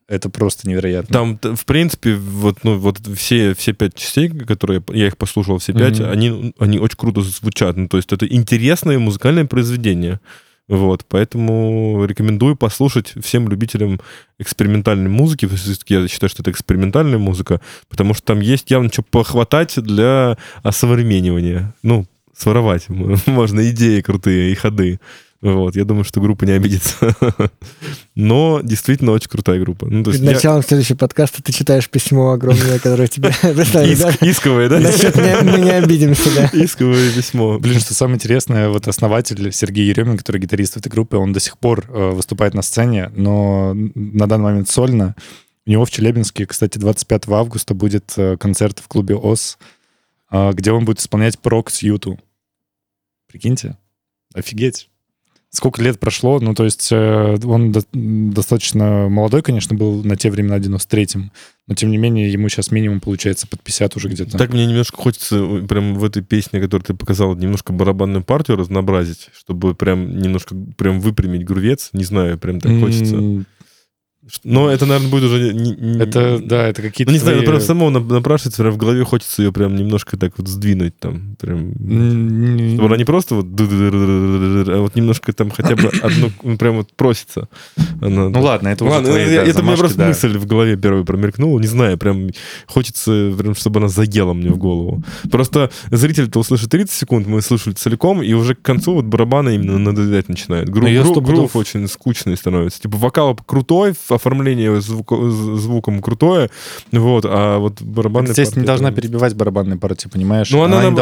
Это просто невероятно. Там, в принципе, вот все 5 частей, которые я их послушал, все 5, они очень круто звучат. Ну, то есть это интересное музыкальное произведение. Вот, поэтому рекомендую послушать всем любителям экспериментальной музыки. Я считаю, что это экспериментальная музыка, потому что там есть явно что похватать для осовременивания. Ну, своровать можно идеи крутые и ходы. Вот, я думаю, что группа не обидится. Но действительно очень крутая группа. Ну, перед началом следующего подкаста ты читаешь письмо огромное, которое тебе представили. Исковое, да? Насчет мы не обидимся, да. Исковое письмо. Блин, что самое интересное, вот основатель Сергей Еремин, который гитарист этой группы, он до сих пор выступает на сцене, но на данный момент сольно. У него в Челябинске, кстати, 25 августа будет концерт в клубе ОС, где он будет исполнять прог с Юту. Прикиньте. Офигеть. Сколько лет прошло, ну, то есть он достаточно молодой, конечно, был на те времена, 93-м, но, тем не менее, ему сейчас минимум, получается, под 50 уже где-то. Так мне немножко хочется прям в этой песне, которую ты показал, немножко барабанную партию разнообразить, чтобы прям немножко прям выпрямить грувец, не знаю, прям так хочется. Но это, наверное, будет уже... Это какие-то... Ну, не знаю, но прям само напрашивается, прям в голове хочется ее прям немножко так вот сдвинуть там. Прям, чтобы она не просто вот... А вот немножко там хотя бы одну... Прям вот просится. Ну ладно, это уже твои это у меня просто мысль в голове первой промелькнула. Не знаю, прям хочется, прям, чтобы она заела мне в голову. Просто зритель-то услышит 30 секунд, мы слышали целиком, и уже к концу вот барабаны именно надоедать начинают. Грув очень скучный становится. Типа вокал крутой, оформление звуком крутое, вот, а вот барабанная партия... Естественно, не должна перебивать барабанную партию, понимаешь? Ну, она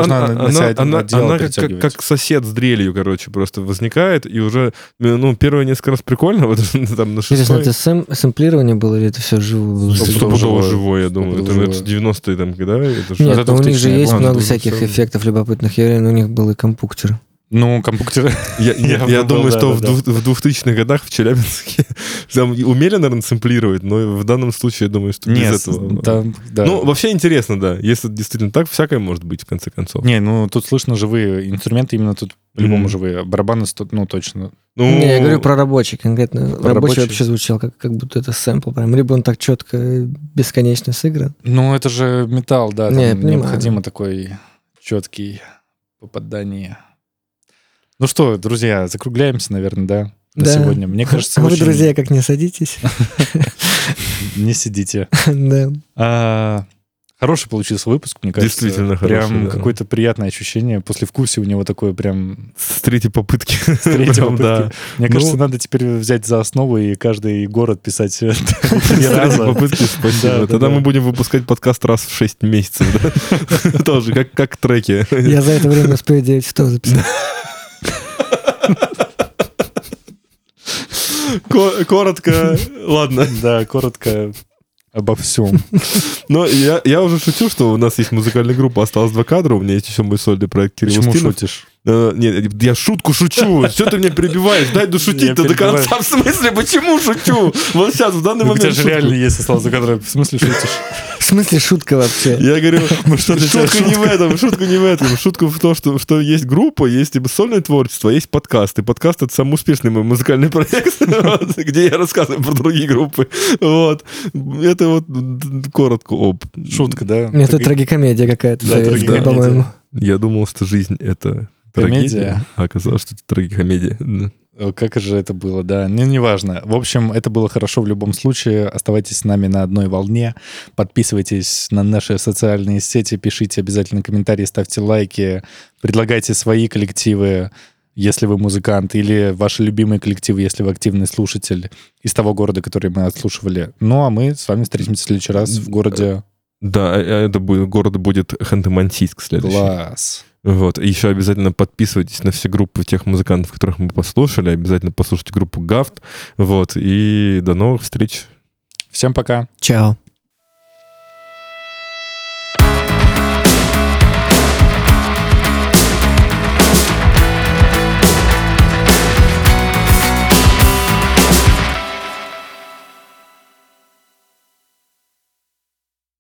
как сосед с дрелью, короче, просто возникает, и уже, ну, первые несколько раз прикольно, вот там на 6-й... Интересно, это сэмплирование было, или это все живое? Стопудово живое, я думаю. Это 90-е там, когда? Нет, но у них же есть много всяких эффектов любопытных. Я уверен, у них был и компьютер. Ну, компьютер... Я думаю, что в 2000-х годах в Челябинске там умели, наверное, сэмплировать, но в данном случае, я думаю, что без этого... Ну, вообще интересно, да. Если действительно так, всякое может быть, в конце концов. Не, ну, тут слышно живые инструменты, именно тут по-любому живые. Барабаны, ну, точно. Не, я говорю про рабочий конкретно. Рабочий вообще звучал, как будто это сэмпл прям. Либо он так четко, бесконечно сыгран. Ну, это же металл, да. Там необходимо такой четкий попадание. Ну что, друзья, закругляемся, наверное, да, на сегодня. Мне кажется, вы, друзья, как не садитесь. Не сидите. Да. Хороший получился выпуск, мне кажется. Действительно хороший, прям какое-то приятное ощущение. Послевкусие у него такое прям... С третьей попытки. Да. Мне кажется, надо теперь взять за основу и каждый город писать 3 раза. Попытки, спасибо. Тогда мы будем выпускать подкаст раз в 6 месяцев. Тоже, как треки. Я за это время успею 9 часов записать. Коротко, ладно. Да, коротко обо всем. Но я уже шучу, что у нас есть музыкальная группа, осталось 2 кадра, у меня есть еще мой сольный проект Кирилл Устинов. Почему шутишь? Нет, я шутку шучу. Что ты меня перебиваешь? Дай дошутить-то до конца. В смысле, почему шучу? Вот сейчас, в данный момент. У тебя же реально есть осталось за кадром. В смысле шутишь? В смысле шутка вообще? Я говорю, шутка не в этом. Шутка в том, что есть группа, есть сольное творчество, есть подкаст. И подкаст — это самый успешный мой музыкальный проект, где я рассказываю про другие группы. Вот. Это вот коротко об. Шутка, да? Это трагикомедия какая-то, по-моему. Я думал, что жизнь — это трагедия, а оказалось, что это трагикомедия. Как же это было, да. Неважно. В общем, это было хорошо в любом случае. Оставайтесь с нами на одной волне. Подписывайтесь на наши социальные сети, пишите обязательно комментарии, ставьте лайки, предлагайте свои коллективы, если вы музыкант, или ваши любимые коллективы, если вы активный слушатель из того города, который мы отслушивали. Ну, а мы с вами встретимся в следующий раз в городе... Да, город будет Ханты-Мансийск следующий. Класс. Вот. И еще обязательно подписывайтесь на все группы тех музыкантов, которых мы послушали. Обязательно послушайте группу Гафт. Вот. И до новых встреч. Всем пока. Чао.